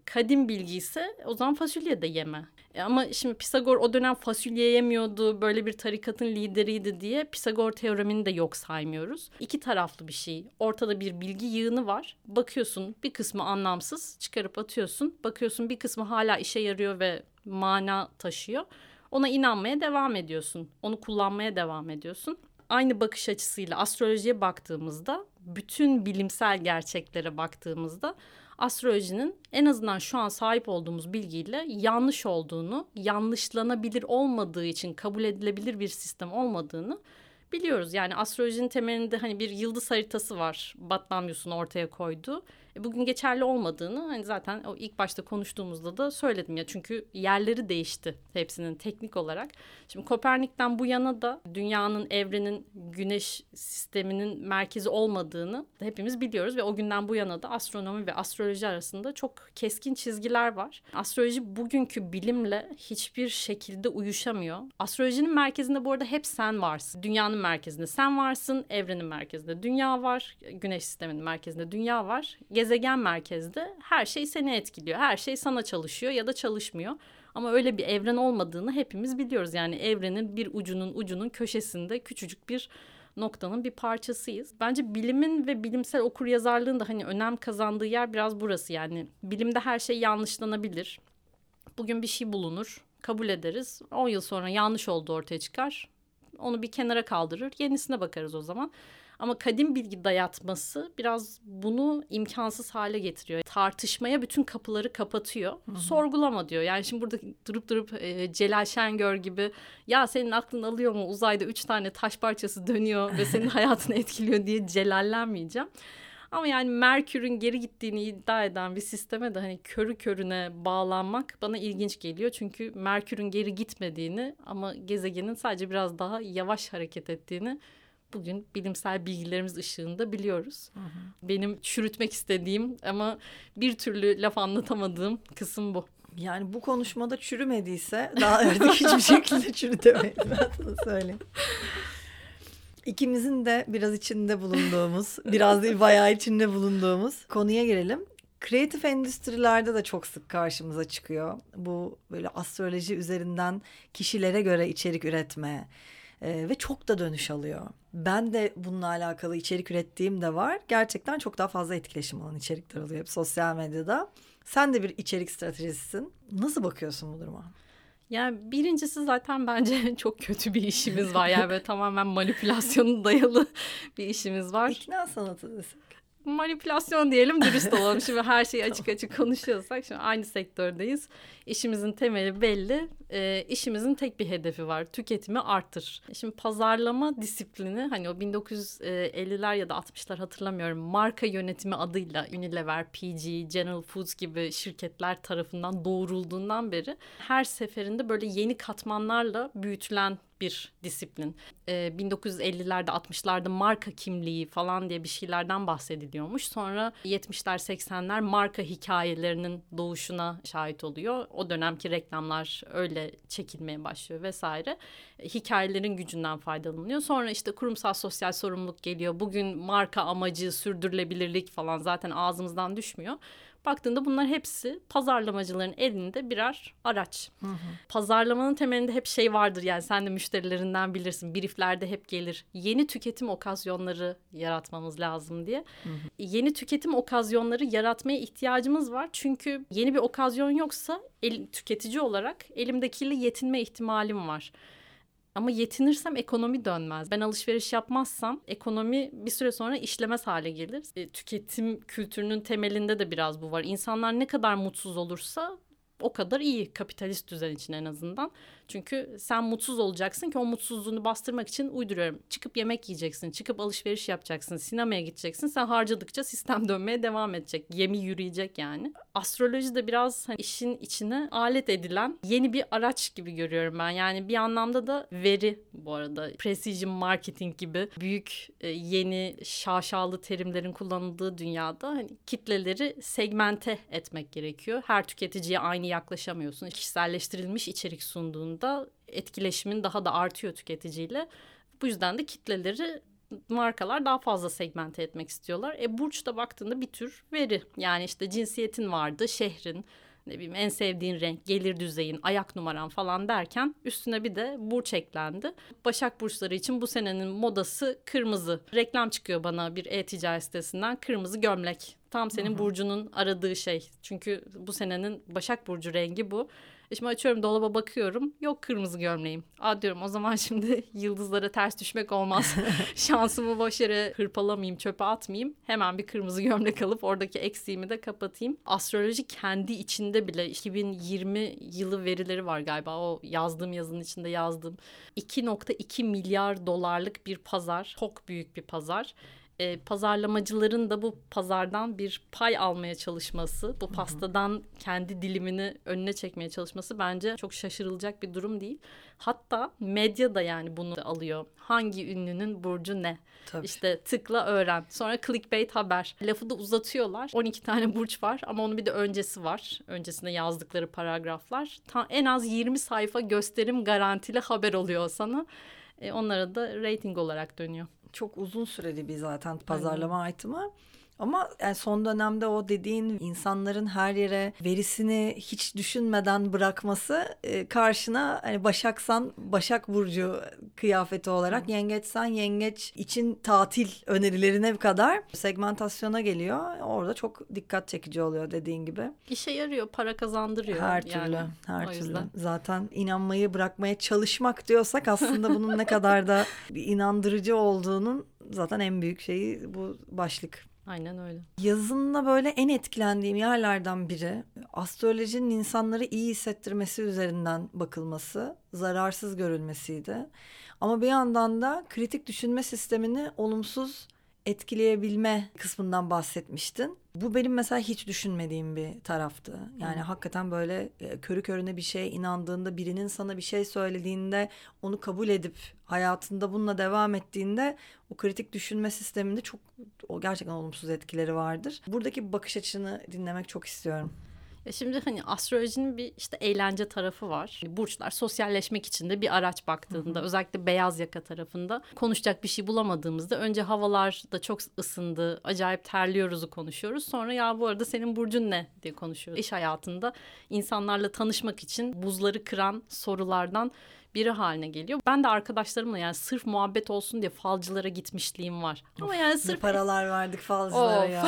Kadim bilgi ise o zaman fasulye de yeme. Ama şimdi Pisagor o dönem fasulye yemiyordu, böyle bir tarikatın lideriydi diye Pisagor teoremini de yok saymıyoruz. İki taraflı bir şey. Ortada bir bilgi yığını var. Bakıyorsun bir kısmı anlamsız, çıkarıp atıyorsun. Bakıyorsun bir kısmı hala işe yarıyor ve mana taşıyor. Ona inanmaya devam ediyorsun. Onu kullanmaya devam ediyorsun. Aynı bakış açısıyla astrolojiye baktığımızda, bütün bilimsel gerçeklere baktığımızda astrolojinin en azından şu an sahip olduğumuz bilgiyle yanlış olduğunu, yanlışlanabilir olmadığı için kabul edilebilir bir sistem olmadığını biliyoruz. Yani astrolojinin temelinde hani bir yıldız haritası var, Batlamyus'un ortaya koyduğu. Bugün geçerli olmadığını hani zaten o ilk başta konuştuğumuzda da söyledim ya, çünkü yerleri değişti hepsinin teknik olarak. Şimdi Kopernik'ten bu yana da dünyanın, evrenin, güneş sisteminin merkezi olmadığını hepimiz biliyoruz ve o günden bu yana da astronomi ve astroloji arasında çok keskin çizgiler var. Astroloji bugünkü bilimle hiçbir şekilde uyuşamıyor. Astrolojinin merkezinde bu arada hep sen varsın. Dünyanın merkezinde sen varsın, evrenin merkezinde dünya var, güneş sisteminin merkezinde dünya var. Gezegen merkezde her şey seni etkiliyor. Her şey sana çalışıyor ya da çalışmıyor. Ama öyle bir evren olmadığını hepimiz biliyoruz. Yani evrenin bir ucunun köşesinde küçücük bir noktanın bir parçasıyız. Bence bilimin ve bilimsel okuryazarlığın da hani önem kazandığı yer biraz burası. Yani bilimde her şey yanlışlanabilir. Bugün bir şey bulunur, kabul ederiz. 10 yıl sonra yanlış olduğu ortaya çıkar. Onu bir kenara kaldırır, yenisine bakarız o zaman. Ama kadim bilgi dayatması biraz bunu imkansız hale getiriyor. Tartışmaya bütün kapıları kapatıyor. Hı-hı. Sorgulama diyor. Yani şimdi burada durup Celal Şengör gibi ya senin aklın alıyor mu uzayda 3 tane taş parçası dönüyor ve senin hayatını etkiliyor diye celallenmeyeceğim. Ama yani Merkür'ün geri gittiğini iddia eden bir sisteme de hani körü körüne bağlanmak bana ilginç geliyor. Çünkü Merkür'ün geri gitmediğini ama gezegenin sadece biraz daha yavaş hareket ettiğini bugün bilimsel bilgilerimiz ışığında biliyoruz. Hı hı. Benim çürütmek istediğim ama bir türlü laf anlatamadığım kısım bu. Yani bu konuşmada çürümediyse daha artık hiçbir şekilde çürütemeyiz, ben sana söyleyeyim. İkimizin de biraz içinde bulunduğumuz, biraz değil bayağı içinde bulunduğumuz konuya gelelim. Kreatif endüstrilerde de çok sık karşımıza çıkıyor. Bu böyle astroloji üzerinden kişilere göre içerik üretme ve çok da dönüş alıyor. Ben de bununla alakalı içerik ürettiğim de var. Gerçekten çok daha fazla etkileşim olan içerikler oluyor hep sosyal medyada. Sen de bir içerik stratejisisin. Nasıl bakıyorsun bu duruma? Yani birincisi zaten bence çok kötü bir işimiz var. Yani böyle tamamen manipülasyona dayalı bir işimiz var. İkna sanatı desek. Manipülasyon diyelim, dürüst olalım. Şimdi her şeyi açık açık konuşuyorsak, şimdi aynı sektördeyiz. İşimizin temeli belli. İşimizin tek bir hedefi var. Tüketimi arttır. Şimdi pazarlama disiplini hani o 1950'ler ya da 60'lar hatırlamıyorum. Marka yönetimi adıyla Unilever, PG, General Foods gibi şirketler tarafından doğrulduğundan beri her seferinde böyle yeni katmanlarla büyütülen bir disiplin. 1950'lerde 60'larda marka kimliği falan diye bir şeylerden bahsediliyormuş. Sonra 70'ler 80'ler marka hikayelerinin doğuşuna şahit oluyor. O dönemki reklamlar öyle çekilmeye başlıyor vesaire. Hikayelerin gücünden faydalanılıyor. Sonra işte kurumsal sosyal sorumluluk geliyor. Bugün marka amacı, sürdürülebilirlik falan zaten ağzımızdan düşmüyor. Baktığında bunlar hepsi pazarlamacıların elinde birer araç. Hı hı. Pazarlamanın temelinde hep şey vardır, yani sen de müşterilerinden bilirsin. Brieflerde hep gelir. Yeni tüketim okazyonları yaratmamız lazım diye. Hı hı. Yeni tüketim okazyonları yaratmaya ihtiyacımız var. Çünkü yeni bir okazyon yoksa tüketici olarak elimdekiyle yetinme ihtimalim var. Ama yetinirsem ekonomi dönmez. Ben alışveriş yapmazsam ekonomi bir süre sonra işlemez hale gelir. Tüketim kültürünün temelinde de biraz bu var. İnsanlar ne kadar mutsuz olursa o kadar iyi, kapitalist düzen için en azından. Çünkü sen mutsuz olacaksın ki o mutsuzluğunu bastırmak için uyduruyorum. Çıkıp yemek yiyeceksin, çıkıp alışveriş yapacaksın, sinemaya gideceksin. Sen harcadıkça sistem dönmeye devam edecek. Gemi yürüyecek yani. Astroloji de biraz hani işin içine alet edilen yeni bir araç gibi görüyorum ben. Yani bir anlamda da veri bu arada. Precision marketing gibi büyük yeni şaşalı terimlerin kullanıldığı dünyada hani kitleleri segmente etmek gerekiyor. Her tüketiciye aynı yaklaşamıyorsun. Kişiselleştirilmiş içerik sunduğunda etkileşimin daha da artıyor tüketiciyle. Bu yüzden de kitleleri markalar daha fazla segmente etmek istiyorlar. Burç'ta baktığında bir tür veri. Yani işte cinsiyetin vardı, şehrin, ne bileyim en sevdiğin renk, gelir düzeyin, ayak numaran falan derken üstüne bir de burç eklendi. Başak burçları için bu senenin modası kırmızı. Reklam çıkıyor bana bir e-ticaret sitesinden, kırmızı gömlek. Tam senin burcunun aradığı şey. Çünkü bu senenin Başak Burcu rengi bu. Şimdi açıyorum dolaba bakıyorum. Yok kırmızı gömleğim. Diyorum o zaman şimdi yıldızlara ters düşmek olmaz. Şansımı boş yere hırpalamayayım, çöpe atmayayım. Hemen bir kırmızı gömlek alıp oradaki eksiğimi de kapatayım. Astroloji kendi içinde bile 2020 yılı verileri var galiba. O yazdığım yazının içinde yazdığım. 2.2 milyar dolarlık bir pazar. Çok büyük bir pazar. Pazarlamacıların da bu pazardan bir pay almaya çalışması, bu pastadan kendi dilimini önüne çekmeye çalışması bence çok şaşırılacak bir durum değil. Hatta medya da yani bunu alıyor. Hangi ünlünün burcu ne? Tabii. İşte tıkla öğren. Sonra clickbait haber. Lafı da uzatıyorlar. 12 tane burç var ama onun bir de öncesi var. Öncesinde yazdıkları paragraflar. En az 20 sayfa gösterim garantili haber oluyor sana. Onlara da rating olarak dönüyor. Çok uzun süreli bir zaten pazarlama itemi. Ama yani son dönemde o dediğin insanların her yere verisini hiç düşünmeden bırakması karşına hani Başaksan Başak Burcu kıyafeti olarak, yengeçsen yengeç için tatil önerilerine kadar segmentasyona geliyor. Orada çok dikkat çekici oluyor dediğin gibi. İşe yarıyor, para kazandırıyor. Her türlü, her türlü. Zaten inanmayı bırakmaya çalışmak diyorsak aslında bunun ne kadar da inandırıcı olduğunun zaten en büyük şeyi bu başlık. Aynen öyle. Yazınla böyle en etkilendiğim yerlerden biri astrolojinin insanları iyi hissettirmesi üzerinden bakılması, zararsız görülmesiydi. Ama bir yandan da kritik düşünme sistemini olumsuz etkileyebilme kısmından bahsetmiştin. Bu benim mesela hiç düşünmediğim bir taraftı. Yani hakikaten böyle körü körüne bir şeye inandığında, birinin sana bir şey söylediğinde onu kabul edip hayatında bununla devam ettiğinde o kritik düşünme sisteminde çok gerçekten olumsuz etkileri vardır. Buradaki bakış açını dinlemek çok istiyorum. Şimdi hani astrolojinin bir işte eğlence tarafı var. Burçlar sosyalleşmek için de bir araç baktığında, özellikle beyaz yaka tarafında konuşacak bir şey bulamadığımızda önce havalar da çok ısındı, acayip terliyoruzu konuşuyoruz. Sonra ya bu arada senin burcun ne diye konuşuyoruz. İş hayatında insanlarla tanışmak için buzları kıran sorulardan biri haline geliyor. Ben de arkadaşlarımla yani sırf muhabbet olsun diye falcılara gitmişliğim var. Ama yani sırf paralar verdik falcılara ya.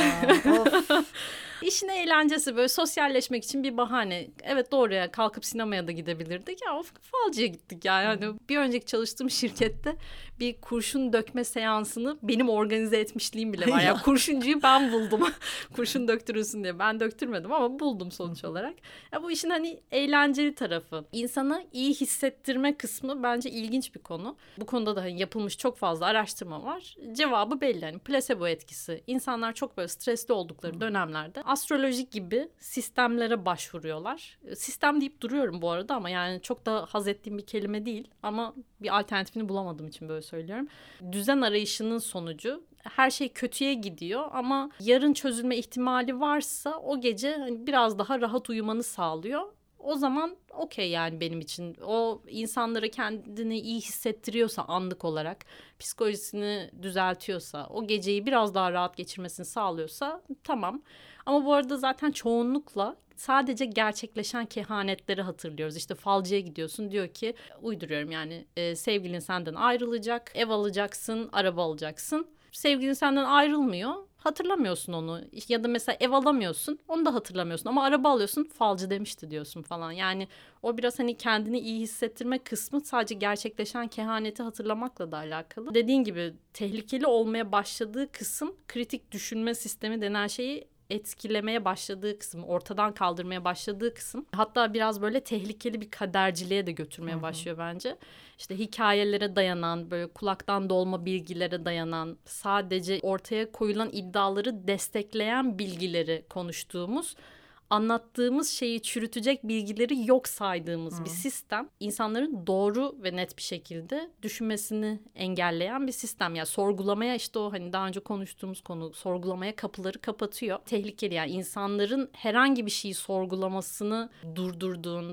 Of. İşin eğlencesi, böyle sosyalleşmek için bir bahane. Evet doğru ya, kalkıp sinemaya da gidebilirdik. Ya falcıya gittik ya. Yani bir önceki çalıştığım şirkette bir kurşun dökme seansını benim organize etmişliğim bile var. Yani kurşuncuyu ben buldum. Kurşun döktürülsün diye. Ben döktürmedim ama buldum sonuç olarak. Ya bu işin hani eğlenceli tarafı. İnsana iyi hissettirme kısmı bence ilginç bir konu. Bu konuda da hani yapılmış çok fazla araştırma var. Cevabı belli. Hani plasebo etkisi. İnsanlar çok böyle stresli oldukları dönemlerde astroloji gibi sistemlere başvuruyorlar. Sistem deyip duruyorum bu arada ama yani çok da haz ettiğim bir kelime değil. Ama bir alternatifini bulamadığım için böyle söylüyorum. Düzen arayışının sonucu her şey kötüye gidiyor ama yarın çözülme ihtimali varsa o gece hani biraz daha rahat uyumanı sağlıyor. O zaman okey yani benim için. O insanlara kendini iyi hissettiriyorsa anlık olarak, psikolojisini düzeltiyorsa, o geceyi biraz daha rahat geçirmesini sağlıyorsa tamam. Ama bu arada zaten çoğunlukla sadece gerçekleşen kehanetleri hatırlıyoruz. İşte falcıya gidiyorsun, diyor ki uyduruyorum yani sevgilin senden ayrılacak, ev alacaksın, araba alacaksın. Sevgilin senden ayrılmıyor. Hatırlamıyorsun onu. Ya da mesela ev alamıyorsun, onu da hatırlamıyorsun ama araba alıyorsun, falcı demişti diyorsun falan. Yani o biraz hani kendini iyi hissettirme kısmı sadece gerçekleşen kehaneti hatırlamakla da alakalı. Dediğin gibi tehlikeli olmaya başladığı kısım kritik düşünme sistemi denen şeyi etkilemeye başladığı kısım, ortadan kaldırmaya başladığı kısım. Hatta biraz böyle tehlikeli bir kaderciliğe de götürmeye başlıyor bence. İşte hikayelere dayanan, böyle kulaktan dolma bilgilere dayanan, sadece ortaya koyulan iddiaları destekleyen bilgileri konuştuğumuz, anlattığımız şeyi çürütecek bilgileri yok saydığımız bir sistem. İnsanların doğru ve net bir şekilde düşünmesini engelleyen bir sistem. Yani sorgulamaya, işte o hani daha önce konuştuğumuz konu, sorgulamaya kapıları kapatıyor. Tehlikeli yani, insanların herhangi bir şeyi sorgulamasını durdurduğunda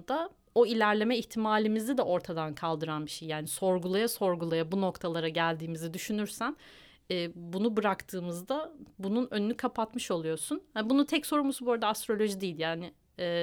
o ilerleme ihtimalimizi de ortadan kaldıran bir şey. Yani sorgulaya sorgulaya bu noktalara geldiğimizi düşünürsen bunu bıraktığımızda bunun önünü kapatmış oluyorsun. Yani bunun tek sorumlusu bu arada astroloji değil. Yani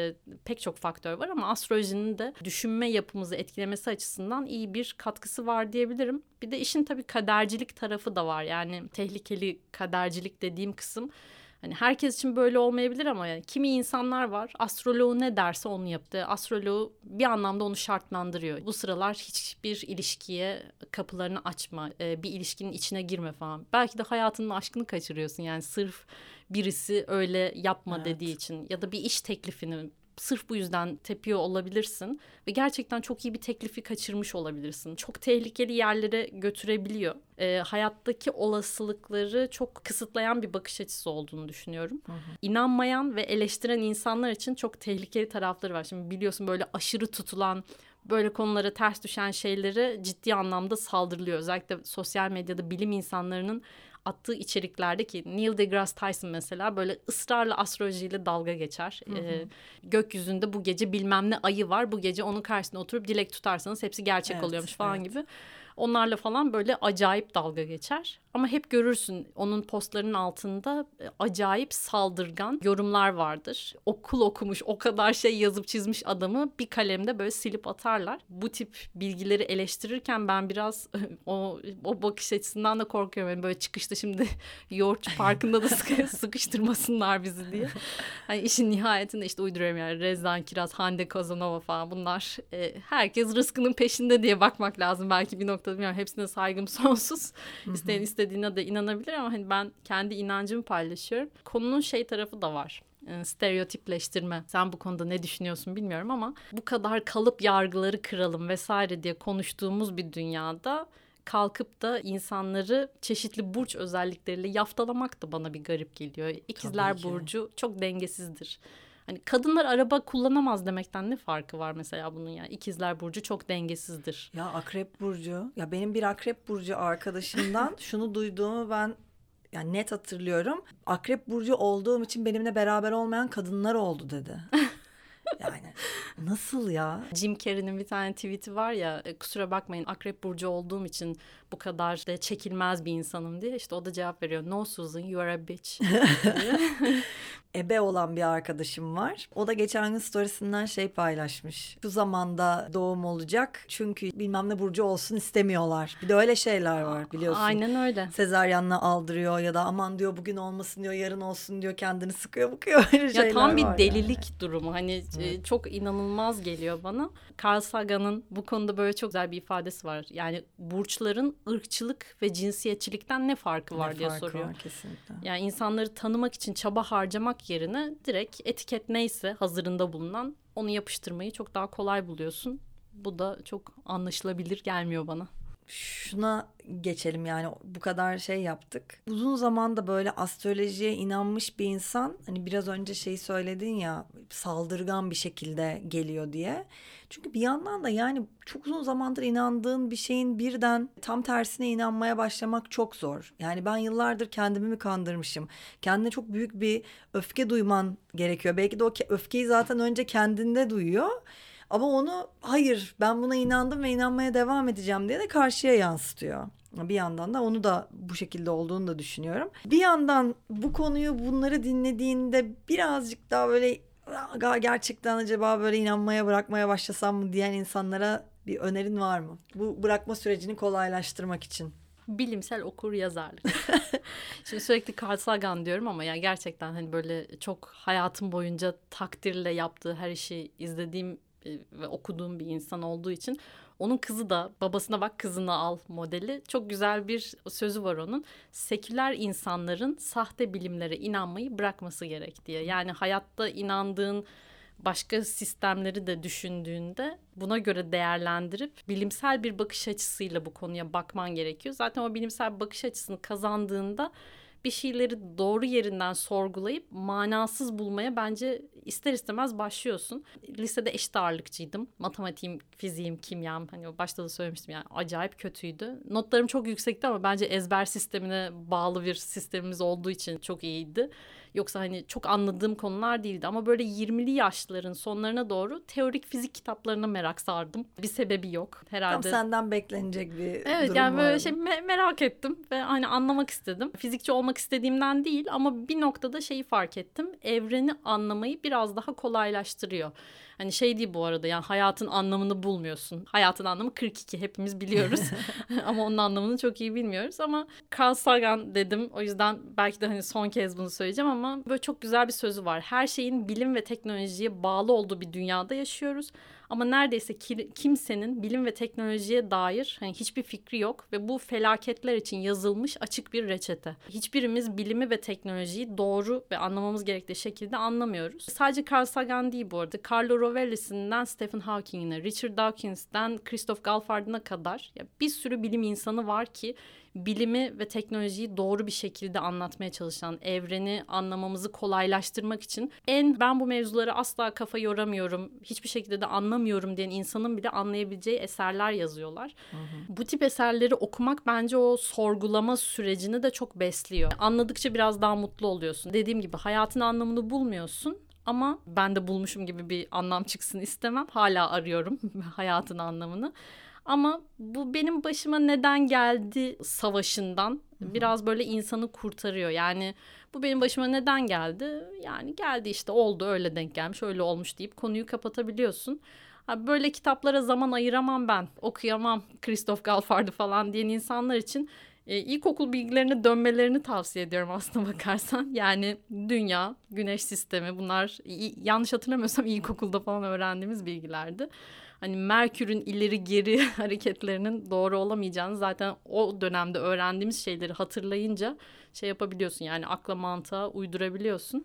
pek çok faktör var ama astrolojinin de düşünme yapımızı etkilemesi açısından iyi bir katkısı var diyebilirim. Bir de işin tabii kadercilik tarafı da var. Yani tehlikeli kadercilik dediğim kısım, hani herkes için böyle olmayabilir ama yani kimi insanlar var, astroloğu ne derse onu yaptı. Astroloğu bir anlamda onu şartlandırıyor. Bu sıralar hiçbir ilişkiye kapılarını açma, bir ilişkinin içine girme falan. Belki de hayatının aşkını kaçırıyorsun yani sırf birisi öyle yapma dediği için, ya da bir iş teklifini sırf bu yüzden tepiyor olabilirsin ve gerçekten çok iyi bir teklifi kaçırmış olabilirsin. Çok tehlikeli yerlere götürebiliyor. Hayattaki olasılıkları çok kısıtlayan bir bakış açısı olduğunu düşünüyorum. İnanmayan ve eleştiren insanlar için çok tehlikeli tarafları var. Şimdi biliyorsun, böyle aşırı tutulan, böyle konulara ters düşen şeyleri ciddi anlamda saldırılıyor. Özellikle sosyal medyada bilim insanlarının attığı içeriklerde, ki Neil deGrasse Tyson mesela böyle ısrarla astrolojiyle dalga geçer. Gökyüzünde bu gece bilmem ne ayı var, bu gece onun karşısına oturup dilek tutarsanız hepsi gerçek oluyormuş falan gibi. Onlarla falan böyle acayip dalga geçer. Ama hep görürsün onun postlarının altında acayip saldırgan yorumlar vardır. Okul okumuş, o kadar şey yazıp çizmiş adamı bir kalemde böyle silip atarlar. Bu tip bilgileri eleştirirken ben biraz o bakış açısından da korkuyorum. Yani böyle çıkışta şimdi yoğurt parkında da sıkıştırmasınlar bizi diye. Hani işin nihayetinde işte uyduruyorum yani, Rezan Kiraz, Hande Kazanova falan, bunlar herkes rızkının peşinde diye bakmak lazım belki bir noktada. Bilmiyorum, hepsine saygım sonsuz. İsteyen istediğine de inanabilir ama hani ben kendi inancımı paylaşıyorum. Konunun şey tarafı da var. Stereotipleştirme. Sen bu konuda ne düşünüyorsun bilmiyorum ama bu kadar kalıp yargıları kıralım vesaire diye konuştuğumuz bir dünyada kalkıp da insanları çeşitli burç özellikleriyle yaftalamak da bana bir garip geliyor. İkizler burcu çok dengesizdir. Hani kadınlar araba kullanamaz demekten ne farkı var mesela bunun ya? İkizler burcu çok dengesizdir. Ya Akrep burcu, ya benim bir Akrep burcu arkadaşımdan şunu duyduğumu ben yani net hatırlıyorum. Akrep burcu olduğum için benimle beraber olmayan kadınlar oldu dedi. Yani nasıl ya? Jim Carrey'nin bir tane tweet'i var ya, kusura bakmayın Akrep burcu olduğum için bu kadar de çekilmez bir insanım diye. İşte o da cevap veriyor. No Susan, you are a bitch. Ebe olan bir arkadaşım var. O da geçen gün storiesinden şey paylaşmış. Şu zamanda doğum olacak çünkü bilmem ne burcu olsun istemiyorlar. Bir de öyle şeyler var biliyorsun. Aynen öyle. Sezaryenle aldırıyor ya da aman diyor bugün olmasın diyor, yarın olsun diyor, kendini sıkıyor bıkıyor, öyle şeyler var. Ya tam bir delilik yani. durumu. Hani çok inanılmaz geliyor bana. Carl Sagan'ın bu konuda böyle çok güzel bir ifadesi var. Yani burçların ırkçılık ve cinsiyetçilikten ne farkı var diye soruyor. Var, kesinlikle. Yani insanları tanımak için çaba harcamak yerine direkt etiket neyse hazırında bulunan onu yapıştırmayı çok daha kolay buluyorsun. Bu da çok anlaşılabilir gelmiyor bana. Şuna geçelim, yani bu kadar şey yaptık. Uzun zamanda böyle astrolojiye inanmış bir insan, hani biraz önce şeyi söyledin ya, saldırgan bir şekilde geliyor diye. Çünkü bir yandan da yani çok uzun zamandır inandığın bir şeyin birden tam tersine inanmaya başlamak çok zor. Yani ben yıllardır kendimi mi kandırmışım? Kendine çok büyük bir öfke duyman gerekiyor. Belki de o öfkeyi zaten önce kendinde duyuyor. Ama onu hayır ben buna inandım ve inanmaya devam edeceğim diye de karşıya yansıtıyor. Bir yandan da onu da bu şekilde olduğunu da düşünüyorum. Bir yandan bu konuyu, bunları dinlediğinde birazcık daha böyle gerçekten acaba böyle inanmaya bırakmaya başlasam mı diyen insanlara bir önerin var mı? Bu bırakma sürecini kolaylaştırmak için. Bilimsel okur yazarlık. Şimdi sürekli Carl Sagan diyorum ama yani gerçekten hani böyle çok hayatım boyunca takdirle yaptığı her işi izlediğim ve okuduğum bir insan olduğu için, onun kızı da babasına bak kızını al modeli, çok güzel bir sözü var onun. Seküler insanların sahte bilimlere inanmayı bırakması gerek diye. Yani hayatta inandığın başka sistemleri de düşündüğünde buna göre değerlendirip bilimsel bir bakış açısıyla bu konuya bakman gerekiyor. Zaten o bilimsel bakış açısını kazandığında bir şeyleri doğru yerinden sorgulayıp manasız bulmaya bence ister istemez başlıyorsun. Lisede eşit ağırlıkçıydım. Matematiğim, fiziğim, kimyam, hani başta da söylemiştim yani acayip kötüydü. Notlarım çok yüksekti ama bence ezber sistemine bağlı bir sistemimiz olduğu için çok iyiydi. Yoksa hani çok anladığım konular değildi. Ama böyle 20'li yaşların sonlarına doğru teorik fizik kitaplarına merak sardım. Bir sebebi yok herhalde. Tam senden beklenecek bir Evet, durum yani böyle vardı. şey merak ettim ve hani anlamak istedim. Fizikçi olmak istediğimden değil ama bir noktada şeyi fark ettim. Evreni anlamayı biraz daha kolaylaştırıyor. Hani şey değil bu arada, yani hayatın anlamını bulmuyorsun. Hayatın anlamı 42, hepimiz biliyoruz. Ama onun anlamını çok iyi bilmiyoruz. Ama Carl Sagan dedim. O yüzden belki de hani son kez bunu söyleyeceğim ama böyle çok güzel bir sözü var. Her şeyin bilim ve teknolojiye bağlı olduğu bir dünyada yaşıyoruz. Ama neredeyse kimsenin bilim ve teknolojiye dair hani hiçbir fikri yok ve bu felaketler için yazılmış açık bir reçete. Hiçbirimiz bilimi ve teknolojiyi doğru ve anlamamız gerektiği şekilde anlamıyoruz. Sadece Carl Sagan değil bu arada. Carlo Rovelli'sinden Stephen Hawking'ine, Richard Dawkins'ten Christoph Goldfarb'ına kadar ya bir sürü bilim insanı var ki bilimi ve teknolojiyi doğru bir şekilde anlatmaya çalışan, evreni anlamamızı kolaylaştırmak için ben bu mevzuları asla kafa yoramıyorum, hiçbir şekilde de anlamıyorum diyen insanın bile anlayabileceği eserler yazıyorlar. Bu tip eserleri okumak bence o sorgulama sürecini de çok besliyor. Anladıkça biraz daha mutlu oluyorsun. Dediğim gibi hayatın anlamını bulmuyorsun. Ama ben de bulmuşum gibi bir anlam çıksın istemem. Hala arıyorum hayatın anlamını. Ama bu benim başıma neden geldi savaşından biraz böyle insanı kurtarıyor. Yani bu benim başıma neden geldi? Yani geldi işte, oldu, öyle denk gelmiş, öyle olmuş deyip konuyu kapatabiliyorsun. Böyle kitaplara zaman ayıramam ben, okuyamam Christoph Goldfarb'ı falan diyen insanlar için ilkokul bilgilerine dönmelerini tavsiye ediyorum aslına bakarsan. Yani dünya, güneş sistemi, bunlar yanlış hatırlamıyorsam ilkokulda falan öğrendiğimiz bilgilerdi. Hani Merkür'ün ileri geri hareketlerinin doğru olamayacağını zaten o dönemde öğrendiğimiz şeyleri hatırlayınca şey yapabiliyorsun, yani akla mantığa uydurabiliyorsun.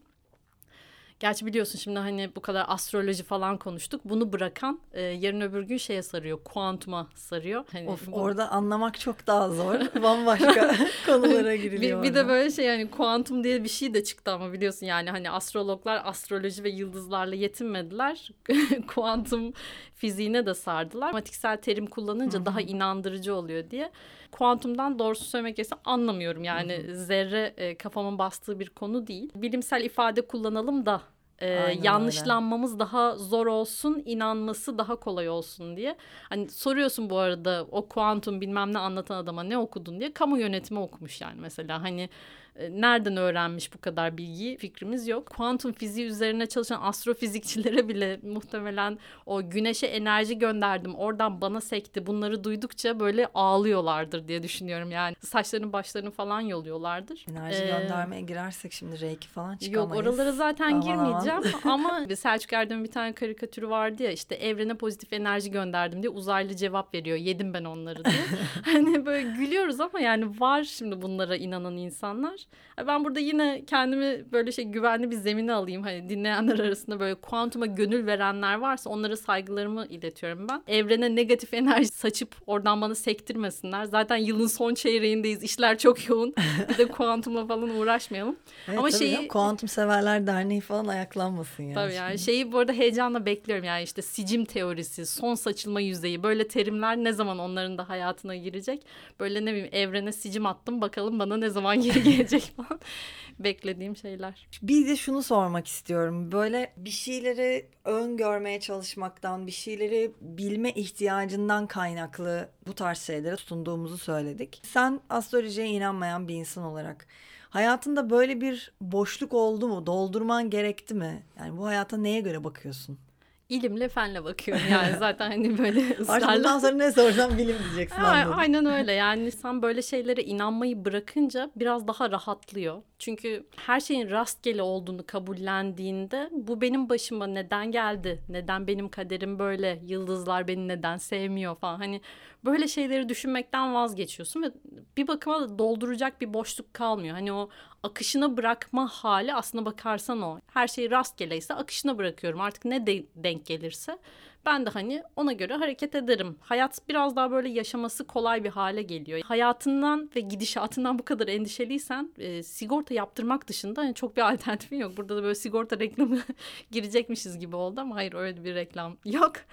Gerçi biliyorsun şimdi hani bu kadar astroloji falan konuştuk. Bunu bırakan yarın öbür gün şeye sarıyor, kuantuma sarıyor. Hani Orada anlamak çok daha zor. Bambaşka konulara giriliyor. Bir de böyle şey, yani kuantum diye bir şey de çıktı ama biliyorsun yani hani astrologlar astroloji ve yıldızlarla yetinmediler. Kuantum fiziğine de sardılar. Matematiksel terim kullanınca daha inandırıcı oluyor diye. Kuantumdan doğrusu söylemek gerekirse anlamıyorum. Yani zerre kafamın bastığı bir konu değil. Bilimsel ifade kullanalım da yanlışlanmamız öyle daha zor olsun, inanması daha kolay olsun diye. Hani soruyorsun bu arada o kuantum bilmem ne anlatan adama ne okudun diye. Kamu yönetimi okumuş yani mesela. Hani nereden öğrenmiş bu kadar bilgiyi, fikrimiz yok. Kuantum fiziği üzerine çalışan astrofizikçilere bile muhtemelen o güneşe enerji gönderdim, oradan bana sekti, bunları duydukça böyle ağlıyorlardır diye düşünüyorum. Yani saçlarını başlarını falan yoluyorlardır. Enerji göndermeye girersek şimdi reiki falan çıkamayız. Yok, oralara zaten girmeyeceğim ama Selçuk Erdem'in bir tane karikatürü vardı ya, işte evrene pozitif enerji gönderdim diye uzaylı cevap veriyor. Yedim ben onları diye. Hani böyle gülüyoruz ama yani var şimdi bunlara inanan insanlar. Ben burada yine kendimi böyle güvenli bir zemine alayım. Hani dinleyenler arasında böyle kuantuma gönül verenler varsa onlara saygılarımı iletiyorum ben. Evrene negatif enerji saçıp oradan bana sektirmesinler. Zaten yılın son çeyreğindeyiz. İşler çok yoğun. Bir de kuantumla falan uğraşmayalım. Evet, ama Kuantum Severler Derneği falan ayaklanmasın yani. Tabii yani şeyi bu arada heyecanla bekliyorum. Yani işte sicim teorisi, son saçılma yüzeyi, böyle terimler ne zaman onların da hayatına girecek? Böyle ne bileyim, evrene sicim attım, bakalım bana ne zaman geri gelecek falan. Beklediğim şeyler. Bir de şunu sormak istiyorum. Böyle bir şeyleri öngörmeye çalışmaktan, bir şeyleri bilme ihtiyacından kaynaklı bu tarz şeylere tutunduğumuzu söyledik. Sen astrolojiye inanmayan bir insan olarak hayatında böyle bir boşluk oldu mu? Doldurman gerekti mi? Yani bu hayata neye göre bakıyorsun? İlimle fenle bakıyorum yani zaten hani böyle ısrarla. Artık bundan sonra ne sorsam bilim diyeceksin, anladım. Aynen öyle, yani insan böyle şeylere inanmayı bırakınca biraz daha rahatlıyor. Çünkü her şeyin rastgele olduğunu kabullendiğinde bu benim başıma neden geldi? Neden benim kaderim böyle? Yıldızlar beni neden sevmiyor falan. Hani böyle şeyleri düşünmekten vazgeçiyorsun ve bir bakıma da dolduracak bir boşluk kalmıyor. Hani o akışına bırakma hali aslına bakarsan o. Her şey rastgeleyse akışına bırakıyorum. Artık ne denk gelirse ben de hani ona göre hareket ederim. Hayat biraz daha böyle yaşaması kolay bir hale geliyor. Hayatından ve gidişatından bu kadar endişeliysen sigorta yaptırmak dışında hani çok bir alternatifin yok. Burada da böyle sigorta reklamı girecekmişiz gibi oldu ama hayır, öyle bir reklam yok.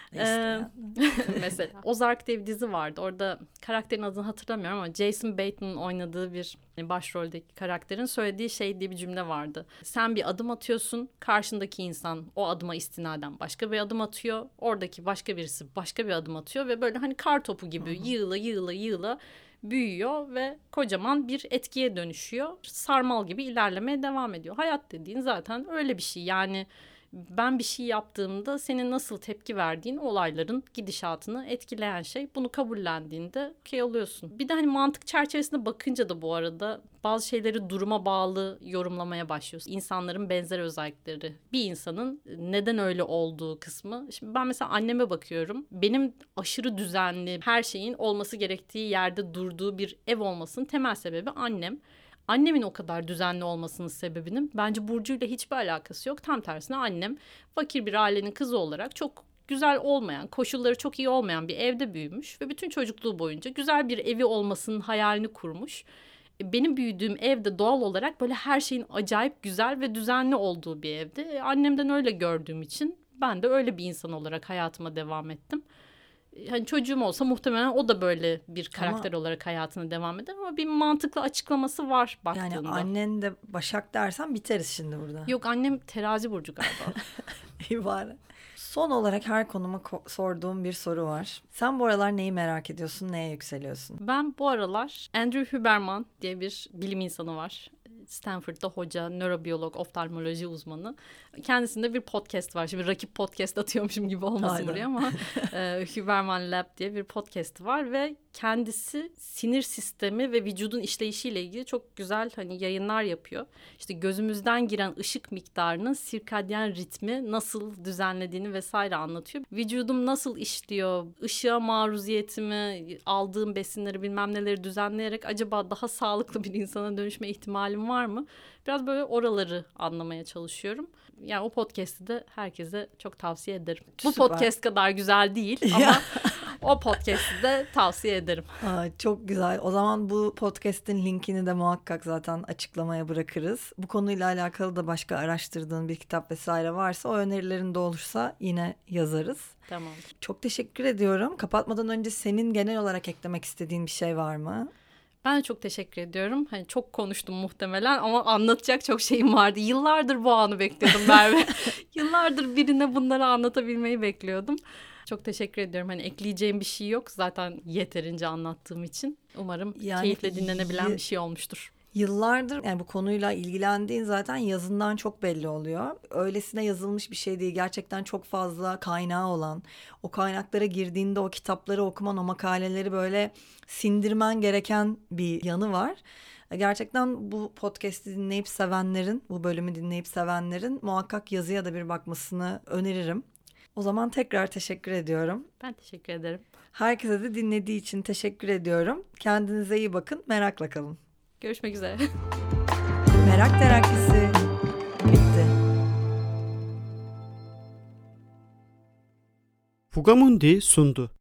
Mesela Ozark diye bir dizi vardı. Orada karakterin adını hatırlamıyorum ama Jason Bateman'ın oynadığı bir başroldeki karakterin söylediği şey diye bir cümle vardı. Sen bir adım atıyorsun, karşındaki insan o adıma istinaden başka bir adım atıyor. Oradaki başka birisi başka bir adım atıyor ve böyle hani kar topu gibi yığıla büyüyor ve kocaman bir etkiye dönüşüyor. Sarmal gibi ilerlemeye devam ediyor. Hayat dediğin zaten öyle bir şey. Yani ben bir şey yaptığımda senin nasıl tepki verdiğin olayların gidişatını etkileyen şey. Bunu kabullendiğinde okey oluyorsun. Bir de hani mantık çerçevesinde bakınca da bu arada bazı şeyleri duruma bağlı yorumlamaya başlıyorsun. İnsanların benzer özellikleri. Bir insanın neden öyle olduğu kısmı. Şimdi ben mesela anneme bakıyorum. Benim aşırı düzenli, her şeyin olması gerektiği yerde durduğu bir ev olmasının temel sebebi annem. Annemin o kadar düzenli olmasının sebebinin bence Burcu'yla hiçbir alakası yok. Tam tersine annem fakir bir ailenin kızı olarak çok güzel olmayan, koşulları çok iyi olmayan bir evde büyümüş ve bütün çocukluğu boyunca güzel bir evi olmasının hayalini kurmuş. Benim büyüdüğüm evde doğal olarak böyle her şeyin acayip güzel ve düzenli olduğu bir evde. Annemden öyle gördüğüm için ben de öyle bir insan olarak hayatıma devam ettim. Hani çocuğum olsa muhtemelen o da böyle bir karakter olarak hayatına devam eder ama bir mantıklı açıklaması var baktığında. Yani annen de Başak dersen biteriz şimdi burada. Yok, annem Terazi burcu galiba. İyi bari. Son olarak her konuma sorduğum bir soru var. Sen bu aralar neyi merak ediyorsun, neye yükseliyorsun? Ben bu aralar Andrew Huberman diye bir bilim insanı var. Stanford'da hoca, nörobiyolog, oftalmoloji uzmanı. Kendisinde bir podcast var. Şimdi rakip podcast atıyormuşum gibi olmasın buraya ama Huberman Lab diye bir podcast var ve kendisi sinir sistemi ve vücudun işleyişiyle ilgili çok güzel hani yayınlar yapıyor. İşte gözümüzden giren ışık miktarının sirkadyen ritmi nasıl düzenlediğini vesaire anlatıyor. Vücudum nasıl işliyor, ışığa maruziyetimi, aldığım besinleri bilmem neleri düzenleyerek acaba daha sağlıklı bir insana dönüşme ihtimalim var mı? Biraz böyle oraları anlamaya çalışıyorum. Yani o podcast'i de herkese çok tavsiye ederim. Süper. Bu podcast kadar güzel değil ama o podcast'i de tavsiye ederim. Çok güzel. O zaman bu podcast'in linkini de muhakkak zaten açıklamaya bırakırız. Bu konuyla alakalı da başka araştırdığın bir kitap vesaire varsa o önerilerin de olursa yine yazarız. Tamam. Çok teşekkür ediyorum. Kapatmadan önce senin genel olarak eklemek istediğin bir şey var mı? Ben de çok teşekkür ediyorum. Hani çok konuştum muhtemelen ama anlatacak çok şeyim vardı. Yıllardır bu anı bekliyordum Merve. Yıllardır birine bunları anlatabilmeyi bekliyordum. Çok teşekkür ediyorum. Hani ekleyeceğim bir şey yok. Zaten yeterince anlattığım için. Umarım keyifle dinlenebilen bir şey olmuştur. Yıllardır yani bu konuyla ilgilendiğin zaten yazından çok belli oluyor. Öylesine yazılmış bir şey değil. Gerçekten çok fazla kaynağı olan, o kaynaklara girdiğinde o kitapları okuman, o makaleleri böyle sindirmen gereken bir yanı var. Gerçekten bu podcast'i dinleyip sevenlerin, bu bölümü dinleyip sevenlerin muhakkak yazıya da bir bakmasını öneririm. O zaman tekrar teşekkür ediyorum. Ben teşekkür ederim. Herkese de dinlediği için teşekkür ediyorum. Kendinize iyi bakın, merakla kalın. Görüşmek üzere. Merak Terakkisi bitti. Fugamundi sundu.